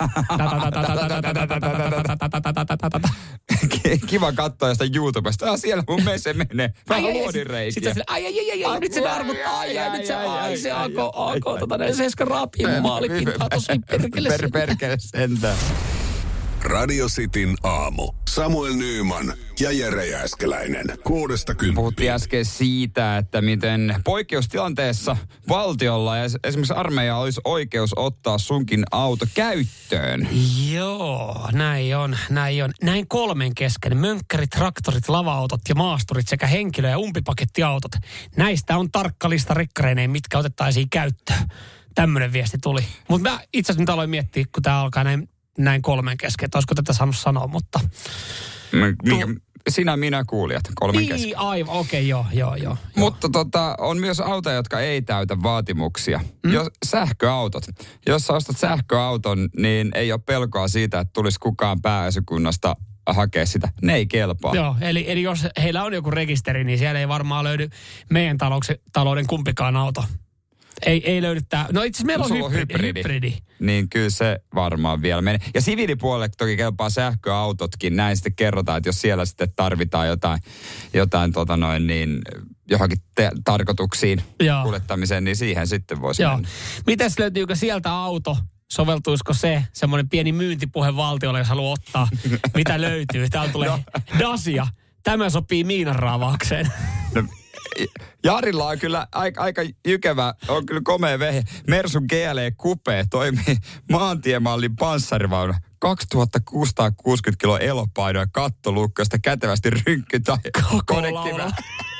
Kiva katsoa jostain YouTubesta. Siellä mun mielestä se menee. Vähän luodinreikiä. Sitten se ai, nyt se narvuttaa. Nyt se alkoi se raapii maalipintaa tosi perkele. Perkele sentään. Radio Cityn aamu. Samuel Nyyman ja Jere Jääskeläinen. 6-10. Puhuttiin äsken siitä, että miten poikkeustilanteessa valtiolla ja esimerkiksi armeija olisi oikeus ottaa sunkin auto käyttöön. Joo, näin on. Näin kolmen kesken. Mönkkärit, traktorit, lava-autot ja maasturit sekä henkilö- ja umpipakettiautot. Näistä on tarkka lista rekkareineen, mitkä otettaisiin käyttöön. Tämmöinen viesti tuli. Mutta mä itse asiassa nyt aloin miettiä, kun tää alkaa näin kolmen kesken, että olisiko tätä saanut sanoa, mutta... Minä kuulijat, kolmen kesken. Niin, aivan, okei, joo. Mutta on myös autoja, jotka ei täytä vaatimuksia. Sähköautot. Jos sä ostat sähköauton, niin ei ole pelkoa siitä, että tulisi kukaan pääsykunnasta hakea sitä. Ne ei kelpaa. Joo, eli jos heillä on joku rekisteri, niin siellä ei varmaan löydy meidän talouden kumpikaan auto. Ei löydy tää. No itse asiassa meillä on hybridi. Niin kyllä se varmaan vielä menee. Ja siviilipuolelle toki kelpaa sähköautotkin. Näin sitten kerrotaan, että jos siellä sitten tarvitaan jotain johonkin tarkoituksiin kuljettamiseen, niin siihen sitten voisi mennä. Mites löytyykö sieltä auto? Soveltuisiko se semmoinen pieni myyntipuhe valtiolle, jos haluaa ottaa? Mitä löytyy? Täällä tulee Dacia. Tämä sopii miinanraavaukseen. Jarilla on kyllä aika jykevä, on kyllä komea vehe. Mersun GLE Coupe toimii maantiemallin panssarivaunu. 2660 kiloa elopainoa, kattolukko, josta kätevästi rynkky tai konekivä.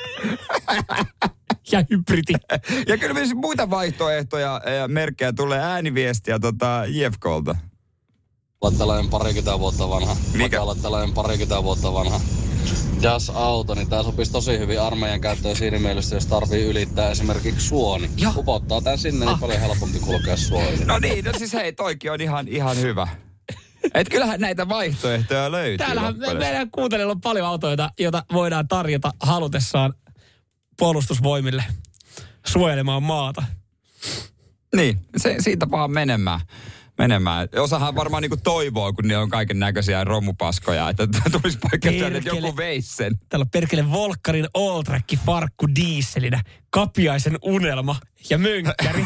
Ja hybridi. Ja kyllä myös muita vaihtoehtoja ja merkkejä tulee ääniviestiä JFKlta. Tällainen parikymmentä vuotta vanha. Mikä? Tällainen parikymmentä vuotta vanha DAS-auto, niin tää sopisi tosi hyvin armeijan käyttöön siinä mielessä, jos tarvii ylittää esimerkiksi suoni. Upottaa tän sinne, niin paljon helpompi kulkea suoni. No niin, no siis hei, toikin on ihan hyvä. Et kyllähän näitä vaihtoehtoja löytyy. Täällähän meidän kuuntelijoilla on paljon autoja, joita voidaan tarjota halutessaan puolustusvoimille suojelemaan maata. Niin, siitä vaan menemään. Osahan varmaan niinku toivoo, kun ne on kaiken näköisiä romupaskoja, että tulisi poikkeustaan, että joku veisi sen. Täällä on perkele Volkkarin Alltrack farkku dieselinä, Kapiaisen unelma ja mönkkäri.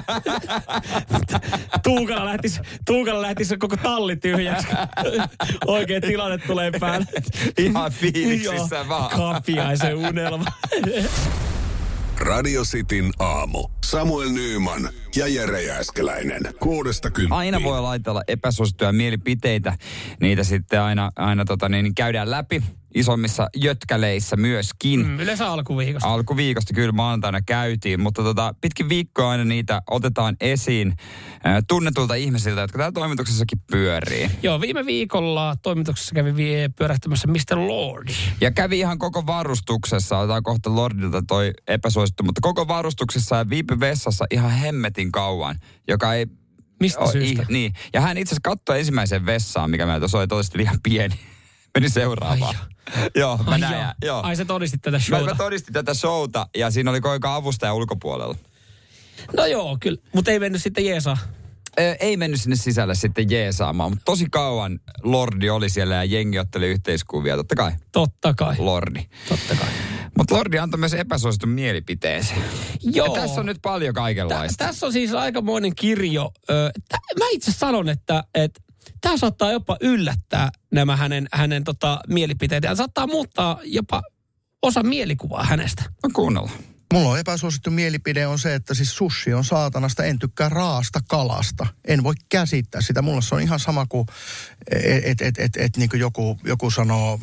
Tuukalla lähtisi koko talli tyhjäksi. Oikein tilanne tulee päälle. Ihan fiiliksissä vaan. Kapiaisen unelma. Radio Cityn aamu. Samuel Nyyman ja Jere Jääskeläinen. 6–10. Aina voi laitella epäsuosittuja mielipiteitä. Niitä sitten aina käydään läpi isommissa jötkäleissä myöskin. Yleensä alkuviikosta. Alkuviikosta kyllä maanantaina käytiin, mutta pitkin viikkoa aina niitä otetaan esiin tunnetulta ihmisiltä, jotka täällä toimituksessakin pyörii. Joo, viime viikolla toimituksessa kävi pyörähtämässä Mr. Lordi. Ja kävi ihan koko varustuksessa, otetaan kohta Lordilta toi epäsuosittu, mutta koko varustuksessa ja viipyi vessassa ihan hemmetin kauan, joka ei... Mistä syystä? Niin, ja hän itse asiassa katsoi ensimmäiseen vessaan, mikä meillä tuossa oli todellisesti liian pieni. Meni seuraavaan. Joo, mä näin. Joo. Ai sä todistit tätä showta? Mä todistin tätä showta ja siinä oli koika avustaja ulkopuolella. No joo, kyllä. Mutta ei mennyt sitten jeesaa. Ei mennyt sinne sisälle sitten jeesaamaan, mutta tosi kauan Lordi oli siellä ja jengi otteli yhteiskuvia, totta kai. Totta kai. Lordi. Totta kai. Mutta Lordi antoi myös epäsuositun mielipiteensä. Joo. Ja tässä on nyt paljon kaikenlaista. Tässä on siis aikamoinen kirjo. Mä itse sanon, että tämä saattaa jopa yllättää nämä hänen mielipiteet. Ja saattaa muuttaa jopa osa mielikuvaa hänestä. No kuunnellaan. Mulla on epäsuosittu mielipide on se, että siis sushi on saatanasta. En tykkää raasta kalasta. En voi käsittää sitä. Mulla se on ihan sama kuin, niin kuin joku sanoo,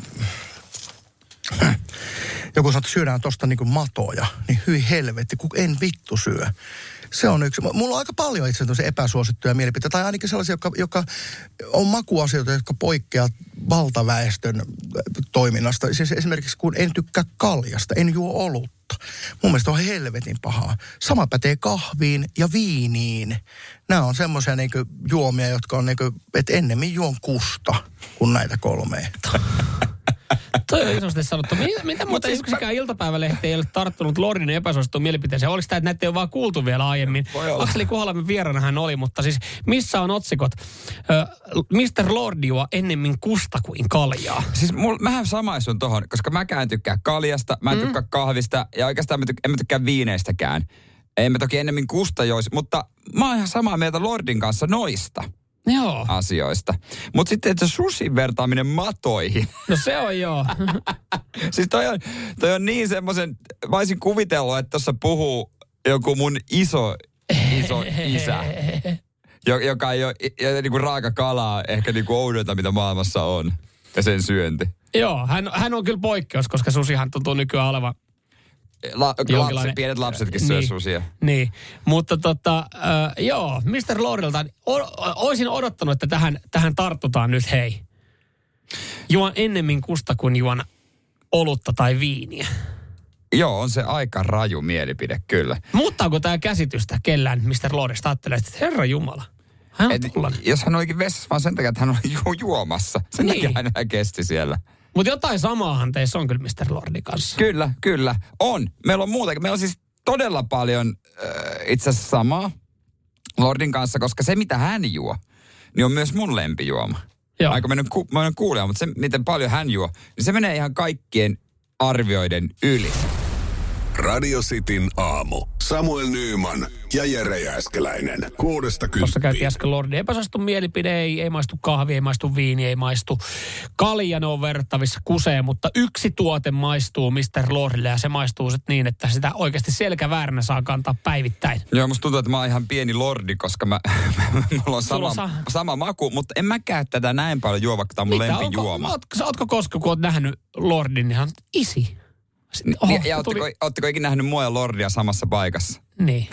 että syödään tosta niin kuin matoja. Niin hyi helvetti, kun en vittu syö. Se on yksi. Mulla on aika paljon itse asiassa epäsuosittuja mielipiteitä, tai ainakin sellaisia, jotka on makuasioita, jotka poikkeavat valtaväestön toiminnasta. Siis esimerkiksi kun en tykkää kaljasta, en juo olutta. Mun mielestä on helvetin pahaa. Sama pätee kahviin ja viiniin. Nämä on semmoisia niinku juomia, jotka on niinku, että ennemmin juon kusta kuin näitä kolmea. Toi on isosti sanottu. Mitä muuta yksikään iltapäivälehti ei ole tarttunut Lordin epäsuosittuun mielipiteeseen? Oliko tämä, että näitä ei ole vaan kuultu vielä aiemmin? Akseli Kuhalainen vieraana hän oli, mutta siis missä on otsikot? Mr. Lordi juo ennemmin kusta kuin kaljaa. Siis mähän samaistun tohon, koska mäkään en tykkää kaljasta, mä en tykkää kahvista ja oikeastaan en mä tykkää viineistäkään. En mä toki ennemmin kusta joisi, mutta mä oon ihan samaa mieltä Lordin kanssa noista. Joo. Asioista. Mutta sitten, että sushin vertaaminen matoihin. No se on joo. Siis toi on niin semmoisen, mä olisin kuvitellut, että tuossa puhuu joku mun iso isä, joka ei ole niinku raaka kalaa, ehkä niinku oudointa, mitä maailmassa on. Ja sen syönti. Joo, hän on kyllä poikkeus, koska susihan tuntuu nykyään olevan pienet lapsetkin syö susia. Niin, mutta joo, Mr. Lordilta olisin odottanut, että tähän tartutaan nyt, hei. Juon ennemmin kusta kuin juon olutta tai viiniä. Joo, on se aika raju mielipide, kyllä. Muuttaako tämä käsitystä kellään Mr. Lordista? Ajattelee, että Herra Jumala, hän on tuollainen. Jos hän olikin vessassa vaan sen takia, että hän oli juomassa. Sen takia hän kesti siellä. Mutta jotain samaahan teissä on kyllä Mr. Lordin kanssa. Kyllä. On. Meillä on muutenkin. Meillä on siis todella paljon itse asiassa samaa Lordin kanssa, koska se mitä hän juo, niin on myös mun lempijuoma. Joo. Aika mä en kuule, mutta se miten paljon hän juo, niin se menee ihan kaikkien arvioiden yli. Radio Cityn aamu. Samuel Nyyman ja Jere Jääskeläinen. 6–10. Tuossa käytiin äsken Lordin epäsuosittu mielipide. Ei maistu kahvi, ei maistu viini, ei maistu kalja. Ne on verrattavissa kuseen, mutta yksi tuote maistuu Mr. Lordille ja se maistuu sitten niin, että sitä oikeasti selkävääränä saa kantaa päivittäin. Joo, musta tuntuu, että mä oon ihan pieni lordi, koska mulla on sama maku, mutta en mäkään tätä näin paljon juo, vaikka tää on mun lempijuoma. Ootko koska, kun oot nähnyt Lordin, niin isi? Ja ootteko ikinä nähnyt mua ja Lordia samassa paikassa? Niin.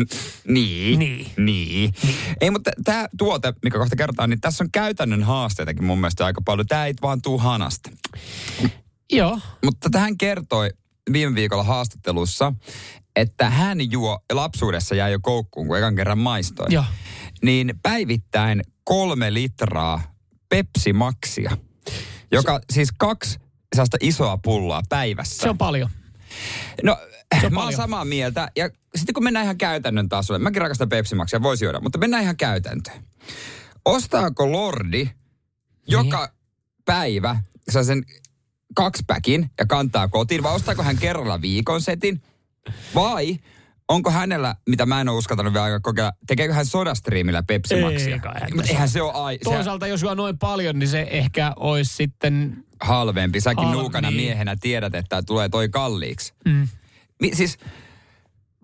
Niin. Ei, mutta tämä tuote, mikä kohta kerrotaan, niin tässä on käytännön haasteitakin mun mielestä aika paljon. Tämä ei vaan tuu hanasta. Joo. Mutta tähän kertoi viime viikolla haastattelussa, että hän juo, lapsuudessa jäi jo koukkuun, kun ekan kerran maistoi. Joo. Niin päivittäin 3 litraa Pepsi Maxia, joka siis 2 sellaista isoa pulloa päivässä. Se on paljon. No, mä oon samaa mieltä. Ja sitten kun mennään ihan käytännön tasolle, mäkin rakastan Pepsi Maxia, voisi juoda, mutta mennään ihan käytäntöön. Ostaako Lordi joka päivä sellaisen 2-päkin ja kantaa kotiin, vai ostaako hän kerralla viikon setin? Vai onko hänellä, mitä mä en ole uskaltanut vielä aika kokeilla, tekeekö hän SodaStreamilla Pepsi Maxia? Eihän se ole toisaalta jos juo noin paljon, niin se ehkä olisi sitten halvempi. Säkin nuukana miehenä tiedät, että tulee toi kalliiksi. Siis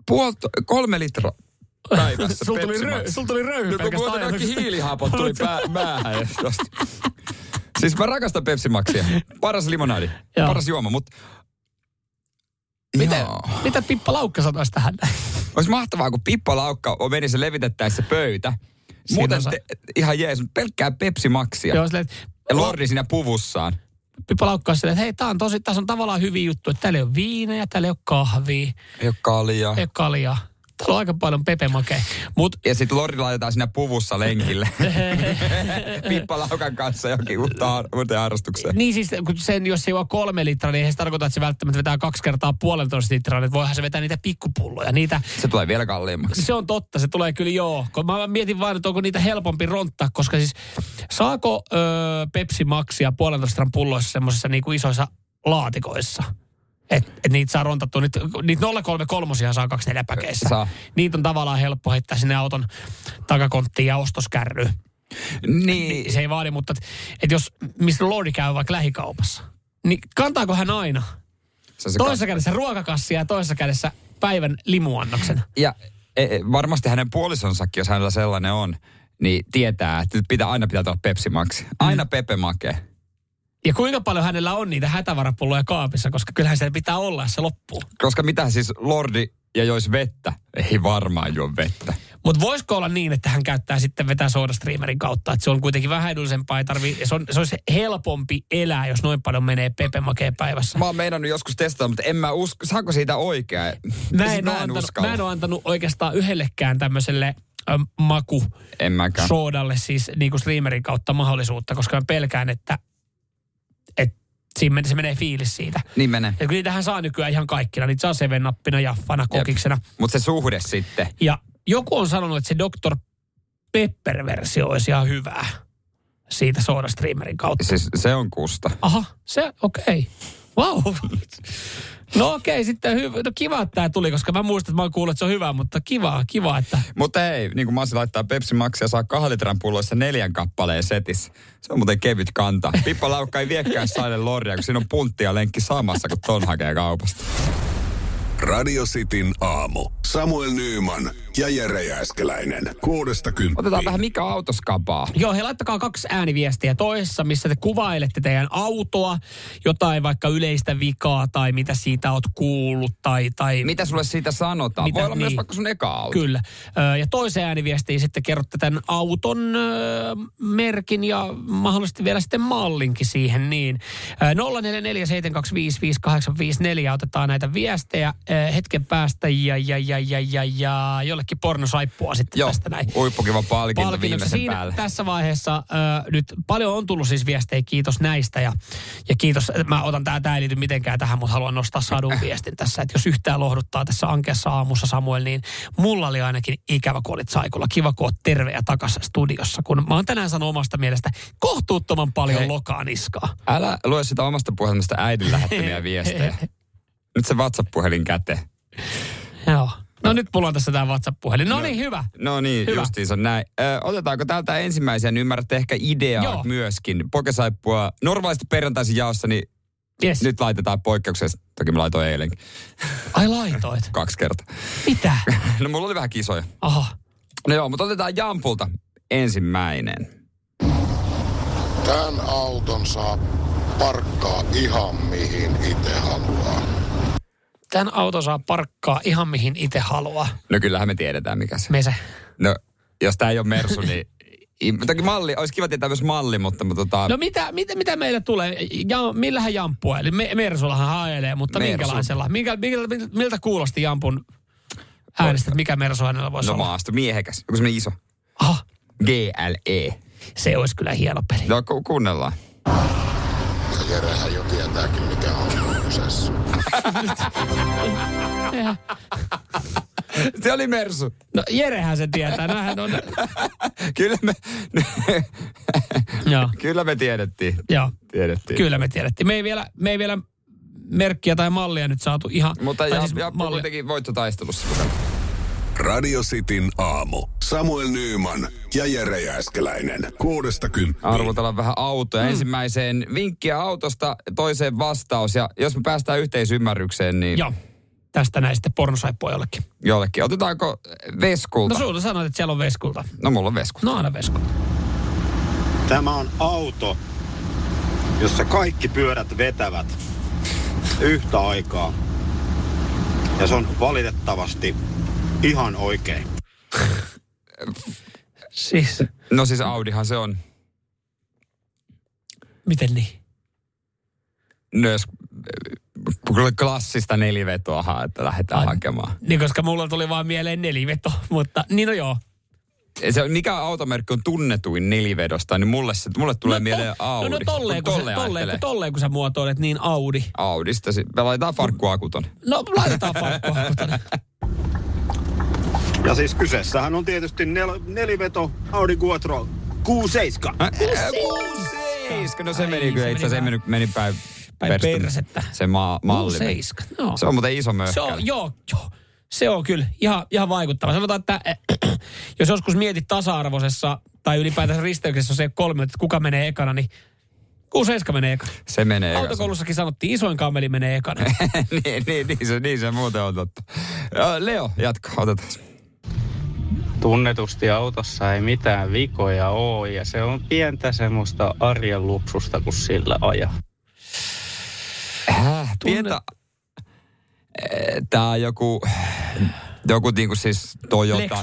3 litraa päivässä Sulla tuli röyhy pelkästään. Joku muuten kaikki hiilihapot tuli päähän. Siis mä rakastan Pepsi Maxia. Paras limonadi. Paras juoma, mutta... Mitä Pippa Laukka sanoisi tähän? Olisi mahtavaa, kun Pippa Laukka meni se levitettäessä pöytä. Muuten ihan jees, pelkkää Pepsi Maxia. Joo, ja Lordi siinä puvussaan. Pippa Laukka on silleen, että hei, tässä on tavallaan hyvin juttu, että täällä ei ole viinejä, täällä ei ole kahvia. Ei ole kaljaa. Täällä on aika paljon pepemakea. Ja sitten Lordi laitetaan siinä puvussa lenkille. Pippa Laukan kanssa jokin uuteen harrastukseen. Niin siis, kun jos se juo 3 litraa, niin eihän se tarkoita, että se välttämättä vetää 2 kertaa 1,5 litraa. Että voihan se vetää niitä pikkupulloja. Se tulee vielä kalliimmaksi. Se on totta, se tulee kyllä joo. Mä mietin vain, että onko niitä helpompi ronttaa, koska siis saako Pepsi Maxia 1,5 litran pulloissa semmoisissa niinku isoissa laatikoissa? Että niitä saa rontattua. Niitä 033 saa 24 päkeissä. Saa. Niitä on tavallaan helppo heittää sinne auton takakonttiin ja ostoskärryyn. Niin. Se ei vaadi, mutta että jos Mr. Lordi käy vaikka lähikaupassa, niin kantaako hän aina toisessa kädessä ruokakassia ja toisessa kädessä päivän limuannoksen? Ja varmasti hänen puolisonsakin, jos hänellä sellainen on, niin tietää, että aina pitää olla Pepsi Max. Aina Pepe Make. Ja kuinka paljon hänellä on niitä hätävarapulloja kaapissa, koska kyllähän se pitää olla, jos se loppuu. Koska mitä siis Lordi ja jois vettä? Ei varmaan juo vettä. Mutta voisiko olla niin, että hän käyttää sitten vetää SodaStreamerin kautta, että se on kuitenkin vähän edullisempaa, se olisi helpompi elää, jos noin paljon menee Pepe Makea päivässä. Mä oon meinannut joskus testata, mutta en mä usko, saako siitä oikea? Mä en ole antanut oikeastaan yhdellekään tämmöiselle maku-soodalle siis niin kuin streamerin kautta mahdollisuutta, koska mä pelkään, että se menee fiilis siitä. Niin menee. Ja kun niitähän saa nykyään ihan kaikkina. Niitä saa 7-nappina, jaffana, kokiksena. Mutta se suhde sitten. Ja joku on sanonut, että se Dr. Pepper-versio olisi ihan hyvää siitä SodaStreamerin kautta. Siis se on kusta. Aha, okei. Wow. No okei, sitten hyvä. No kiva, että tämä tuli, koska mä muistan, että mä oon kuullut, että se on hyvä, mutta kiva, että... Mutta ei, niin kuin Masi laittaa Pepsi Maxia, saa 2 litran pulloissa 4 kappaleen setissä. Se on muuten kevyt kanta. Pippa Laukka ei viekään saille Lordia, kun siinä on puntti ja lenkki samassa, kun ton hakee kaupasta. Radio Cityn aamu. Samuel Nyyman ja Jere Jääskeläinen. 6–10. Otetaan vähän mikä autoskapaa. Joo, he laittakaa 2 ääniviestiä toisessa, missä te kuvailette teidän autoa, jotain vaikka yleistä vikaa tai mitä siitä oot kuullut tai mitä sulle siitä sanotaan? Voi olla myös vaikka sun eka auto. Kyllä. Ja toiseen ääniviestiin sitten kerrotte tämän auton merkin ja mahdollisesti vielä sitten mallinkin siihen. Niin 0447255854 otetaan näitä viestejä hetken päästä ja jollekin pornosaippua sitten tästä näin. Huippukiva palkinto viimeisen päälle. Tässä vaiheessa nyt paljon on tullut siis viestejä, kiitos näistä ja kiitos, mä otan tää ei liity mitenkään tähän, mutta haluan nostaa sadun viestin tässä, että jos yhtään lohduttaa tässä ankeassa aamussa Samuel, niin mulla oli ainakin ikävä, kun olit Saikulla. Kiva, kun oot terve ja takaisin studiossa, kun mä oon tänään sanonut omasta mielestä kohtuuttoman paljon lokaa niskaa. Älä lue sitä omasta puhelimesta äidin lähettämiä viestejä. Nyt se WhatsApp-puhelin käteen. Joo. No nyt mulla on tässä tää WhatsApp-puhelin. No niin, hyvä. No niin, hyvä. Justiinsa näin. Otetaanko täältä ensimmäisiä, niin ymmärrätte ehkä ideaa myöskin. Pokesaippua normaalisti perjantaisin jaossa, niin nyt laitetaan poikkeuksessa. Toki mä laitoin eilenkin. Ai laitoit? 2 kertaa. Mitä? No mulla oli vähän kisoja. Aha. No joo, mutta otetaan Jampulta ensimmäinen. Tän auton saa parkkaa ihan mihin itse haluaa. Tän auto saa parkkaa ihan mihin itse haluaa. No kyllähän me tiedetään mikä se. Se. No jos tää ei ole Mersu, niin toki malli, olisi kiva tietää myös malli, mutta No mitä meille tulee? Millähän jamppua? Eli Mersullahan haelee, mutta minkälaisella? Miltä kuulosti Jampun äänestä, että mikä Mersu hänellä voisi olla? No maasto, miehekäs. Joku semmoinen iso. Aha. GLE. Se olisi kyllä hieno peli. No kuunnellaan. Ja Jerehän jo tietääkin, mikä on kyseessä. Se oli Mersu. No Jerehän se tietää. Nämähän on... Kyllä me tiedettiin. Joo. Kyllä me tiedettiin. Me ei vielä merkkiä tai mallia nyt saatu ihan... Mutta Jamppu kuitenkin voittotaistelussa. Radio Cityn aamu. Samuel Nyyman ja Jere Jääskeläinen. 6–10. Arvotellaan vähän autoja. Ensimmäiseen vinkkiä autosta, toiseen vastaus. Ja jos me päästään yhteisymmärrykseen, niin tästä näin sitten pornosaippua Jollekin. Otetaanko Veskulta? No sulta sanoit, että siellä on Veskulta. No mulla on Veskulta. No aina Veskulta. Tämä on auto, jossa kaikki pyörät vetävät yhtä aikaa. Ja se on valitettavasti ihan oikein. Siis? No siis Audihan se on. Miten niin? No jos klassista nelivetoahan, että lähdetään hakemaan. Niin, koska mulla tuli vaan mieleen neliveto, mutta niin no joo. Se, mikä automerkki on tunnetuin nelivedosta, niin mulle tulee mieleen Audi. No tolleen kun sä muotoilet, niin Audi. Audista. Me laitetaan farkkuakuton. No laitetaan farkkuakuton. Ja siis kyseessähän on tietysti neliveto Audi Quattro Q7. Q7? No se meni kyllä itse asiassa, meni päin persettä. Se malli. Q7, no. Se on muuten iso möhkä. Joo. Se on kyllä ihan vaikuttava. Sanotaan, että jos joskus mietit tasa-arvoisessa tai ylipäätänsä risteyksessä se 3, että kuka menee ekana, niin Q7 menee ekana. Se menee ekana. Autokoulussakin sanottiin, isoin kammeli menee ekana. niin se muuten on totta. Leo, jatka, otetaan. Tunnetusti autossa ei mitään vikoja ole ja se on pientä semmoista arjen luksusta, kun sillä ajaa. Pientä. Tää on joku niinku siis Toyota.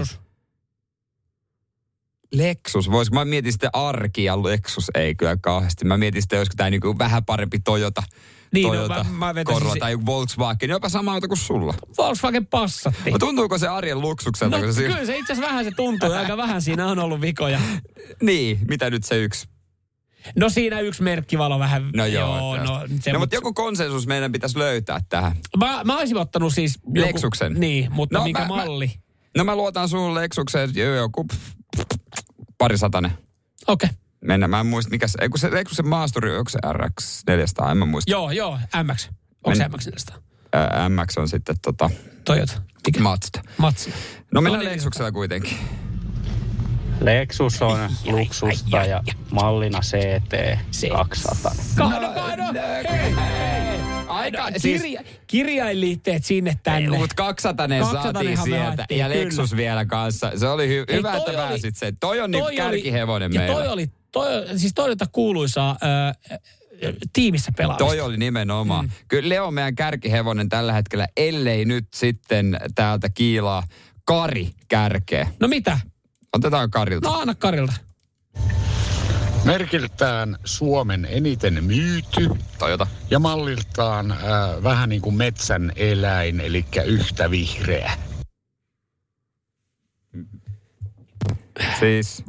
Lexus. Mä mietin sitten Arki ja Lexus ei kyllä kauheasti. Mä mietin sitten, olisiko tää niinku vähän parempi Toyota. Niin, Toyota Corolla tai Volkswagen. Jopa sama auto kuin sulla. Volkswagen Passatti. Tuntuuko se arjen luksukselta? No kyllä se itse asiassa vähän se tuntuu. Aika vähän siinä on ollut vikoja. Niin, mitä nyt se yksi? No siinä yksi merkkivalo vähän. No joo. Mutta joku konsensus meidän pitäisi löytää tähän. Mä olisin ottanut siis Lexuksen. Niin, mutta minkä malli? Mä luotan sun Lexukseen joku 200. Okei. Mennään, mä en muista mikä se, kun se Lexusen maasturi, onko se RX 400, en mä muista. Joo, MX. Onko se MX 400? MX on sitten Toyota. Mazda. No mennään Lexuksella kuitenkin. Lexus on luksusta ja mallina CT 200. Kirjainliitteet sinne tänne. Mutta 200 saatiin sieltä ja Lexus kyllä. Vielä kanssa. Se oli hyvä, että pääsit sen. Toi on niinku kärkihevonen meillä. Siis Toyota kuuluisaa tiimissä pelaamista. Toi oli nimenomaan. Kyllä Leo on meidän kärkihevonen tällä hetkellä, ellei nyt sitten täältä kiilaa Kari kärkeä. No mitä? Otetaan Karilta. No anna Karilta. Merkiltään Suomen eniten myyty. Toyota. Ja malliltaan vähän niin kuin metsän eläin, eli yhtä vihreä. Siis?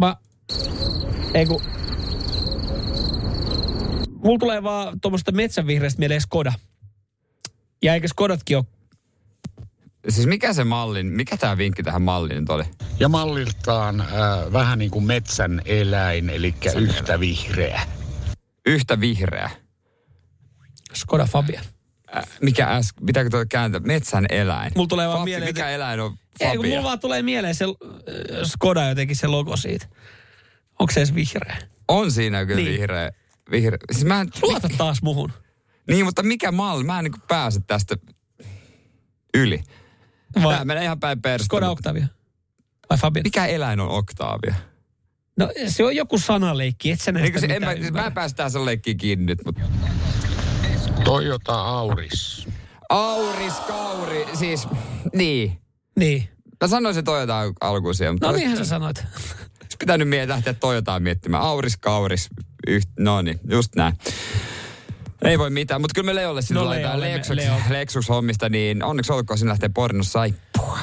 Mulla tulee vaan tuommoista metsänvihreästä mieleen Skoda. Ja eikö Skodatkin ole? Siis mikä tää vinkki tähän malliin nyt oli? Ja malliltaan vähän niin kuin metsän eläin, eli yhtä vihreä. Yhtä vihreä? Skoda Fabia. Pitääkö tuo kääntää? Metsän eläin. Mulla tulee vaan mieleen. Mikä eläin on Fabia? Ei, kun mulla vaan tulee mieleen se Skoda jotenkin se logo siitä. Onko se edes vihreä? On siinä kyllä niin. vihreä. Siis luota taas muhun. Niin, mutta mikä malli? Mä en niin pääse tästä yli. Tää menee ihan päin perstä. Skoda Octavia. Vai Fabia? Mikä eläin on Octavia? No se on joku sanaleikki, et sä näistä mitään mä päästään sen leikkiin kiinni nyt, mutta... Toyota Auris. Kauri, siis, niin. Niin. Mä sanoin se Toyota alkuun siellä. No niinhän sä sanoit. Olisi pitänyt lähteä Toyotaa miettimään. Kauris, no niin, just näin. Ei voi mitään, mutta kyllä me Leolle sitten laitetaan Lexus-hommista, niin onneksi olkoon sinne lähtee pornossa saippua.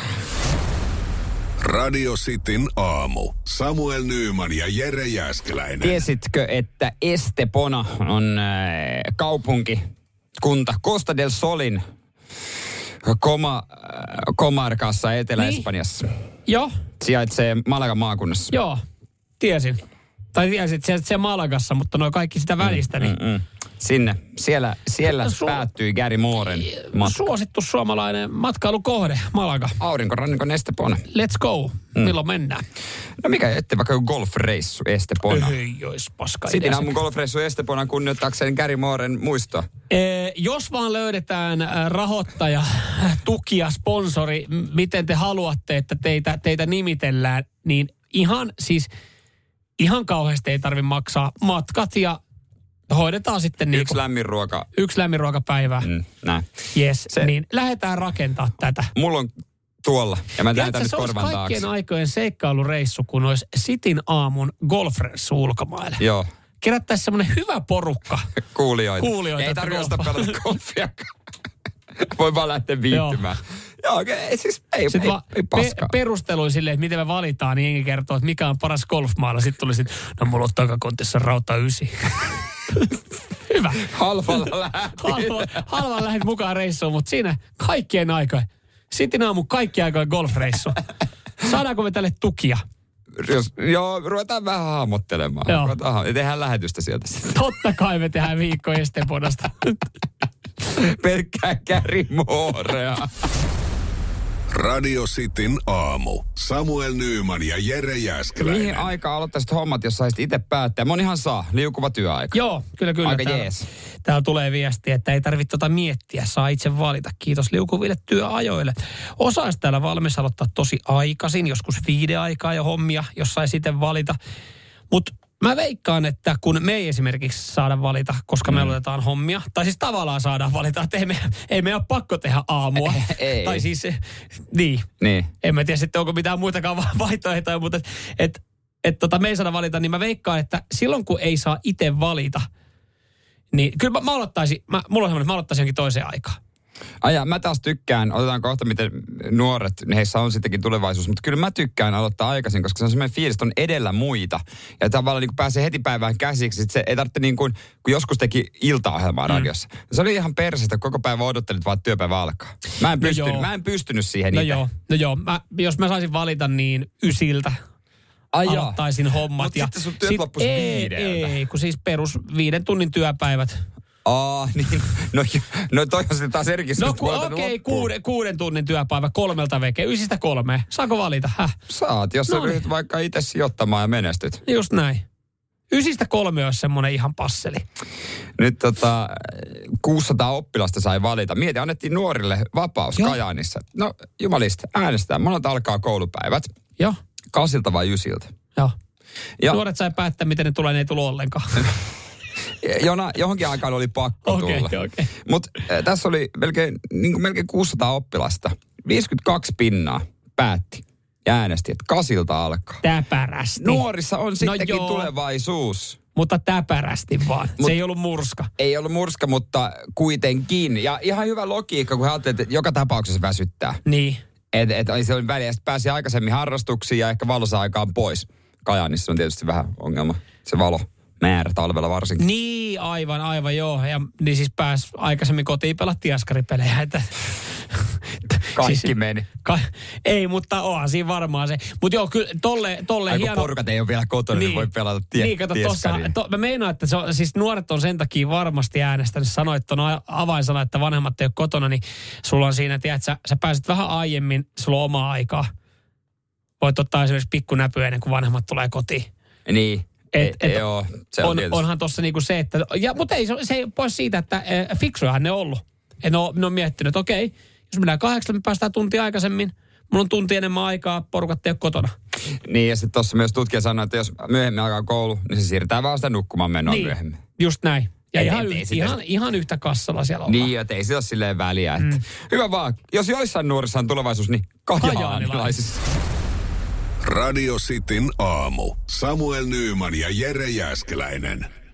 Radio Cityn aamu. Samuel Nyyman ja Jere Jääskeläinen. Tiesitkö, että Estepona on kunta Costa del Solin Comarcassa Etelä-Espanjassa? Niin. Joo. Sijaitsee Malagan maakunnassa. Joo, tiesin. Tai tiesin, että se Malagassa, mutta no kaikki sitä välistä. Niin. Siellä päättyi Gary Mooren matka. Suosittu suomalainen matkailukohde, Malaga. Aurinkorannikon Estepona. Let's go. Milloin mennään? No mikä ettei vaikka golfreissu Estepona. Ei ois paska idea. Sitten aamun golfreissu Estepona kunnioittaakseen Gary Mooren muistoa. Jos vaan löydetään rahoittaja, tukija, sponsori, miten te haluatte, että teitä nimitellään, niin ihan kauheasti ei tarvitse maksaa matkat ja hoidetaan sitten Yksi lämmin ruoka päivää. Näin. Yes, niin lähdetään rakentaa tätä. Mulla on tuolla, ja mä lähetän nyt korvan taakse. Se olisi kaikkien aikojen seikkailureissu, kun olisi Sitin aamun golfreissu ulkomaille. Joo. Kerättäisiin semmoinen hyvä porukka. Kuulijoita. Ei tarvitse pelata golfiakaan. Voi vaan lähteä viihtymään. Joo, siis ei paskaa. Perusteluin silleen, että miten me valitaan, niin jengi kertoo, että mikä on paras golfmaalla. Sitten tuli no mulla on takakontissa rauta 9. Hyvä. Halvalla lähdit mukaan reissuun, mutta siinä kaikkien aikojen. Sitin aamu kaikki aikojen golfreissu. Saadaanko me tälle tukia? Joo, ruvetaan vähän hahmottelemaan. Ja tehdään lähetystä sieltä. Totta kai me tehdään viikko Estepodasta. Pelkkää Gary Moorea. Radio Cityn aamu. Samuel Nyyman ja Jere Jääskeläinen. Mihin aikaan aloittaisit hommat, jos saisit itse päättää? Monihan saa. Liukuva työaika. Joo, kyllä. Aika jees. Täällä tulee viesti, että ei tarvitse miettiä. Saa itse valita. Kiitos liukuville työajoille. Osa olisi täällä valmis aloittaa tosi aikaisin. Joskus 5 aikaa jo hommia, jos sai sitten valita. Mutta mä veikkaan, että kun me ei esimerkiksi saada valita, koska me aloitetaan hommia, tai siis tavallaan saadaan valita, että ei me ole pakko tehdä aamua. Ei. Tai siis, niin. En mä tiedä sitten, onko mitään muitakaan vaihtoehtoja, mutta me ei saada valita, niin mä veikkaan, että silloin kun ei saa itse valita, niin kyllä mä aloittaisin, mulla on semmoinen, että mä aloittaisin jonkin toiseen aikaan. Mä taas tykkään, otetaan kohta miten nuoret, heissä on sittenkin tulevaisuus, mutta kyllä mä tykkään aloittaa aikaisin, koska se on semmoinen fiilis, että on edellä muita. Ja tavallaan niin pääsee heti päivään käsiksi, että se ei tarvitse niin kuin, kun joskus teki iltaohjelmaa radiossa. Se oli ihan persestä, koko päivä odottelit vaan, että työpäivä alkaa. Mä en pystynyt siihen itse. No joo, jos mä saisin valita niin 9 aloittaisin hommat. Mutta sitten sun työt loppus 5. Ei, kun siis perus 5 tunnin työpäivät. Niin. No toi on sitten taas erkis. No okei, 6 tunnin työpäivä 3 veke, 9-3. Saako valita? Saat, jos sä ryhdyt vaikka itse sijoittamaan ja menestyt. Just näin. 9-3 olisi semmoinen ihan passeli. Nyt 600 oppilasta sai valita. Mieti, annettiin nuorille vapaus Kajaanissa. No jumalista, äänestetään. Monelta alkaa koulupäivät. Joo. 8 vai 9? Joo. Nuoret sai päättää, miten ne tulee, ne ei tullut ollenkaan. Johonkin aikaan oli pakko tulla. Okay. Mutta tässä oli melkein 600 oppilasta. 52 pinnaa päätti ja äänesti, että 8 alkaa. Täpärästi. Nuorissa on sittenkin tulevaisuus. Mutta täpärästi vaan. Se ei ollut murska. Ei ollut murska, mutta kuitenkin. Ja ihan hyvä logiikka, kun ajattelet, että joka tapauksessa väsyttää. Niin. Että se oli väliä, että pääsi aikaisemmin harrastuksiin ja ehkä valossa-aikaan pois. Kajaanissa on tietysti vähän ongelma, se valo. Määrä talvella varsinkin. Niin, aivan joo. Ja niin siis pääsi aikaisemmin kotiin pelatti askaripelejä. Kaikki meni. Ei, mutta onhan siinä varmaan se. Mutta joo, kyllä tolle hieno. Porukat ei ole vielä kotona, niin voi pelata mä meinaan, että siis nuoret on sen takia varmasti äänestänyt. Sanoit ton avainsana, että vanhemmat ei ole kotona, niin sulla on siinä, tiedätkö, sä pääset vähän aiemmin, sulla on omaa aikaa. Voit ottaa esimerkiksi pikkunäpy ennen kuin vanhemmat tulee kotiin. Niin. Joo, se on onhan tossa niinku se, että... Mutta ei se ei pois siitä, että fiksujahan ne on ollut. Ne on miettinyt, että okei, jos mennään 8, me päästään tuntia aikaisemmin. Mulla on tunti enemmän aikaa, porukat ei ole kotona. Niin, ja sitten tuossa myös tutkija sanoi, että jos myöhemmin alkaa koulu, niin se siirtää vaan sitä nukkumaan menoa myöhemmin. Just näin. Ja ihan yhtä kassalla siellä ollaan. Niin, että ei sitä ole silleen väliä. Että hyvä vaan, jos joissain nuorissa on tulevaisuus, niin kajaanilaisissa. Radio Cityn aamu. Samuel Nyyman ja Jere Jääskeläinen.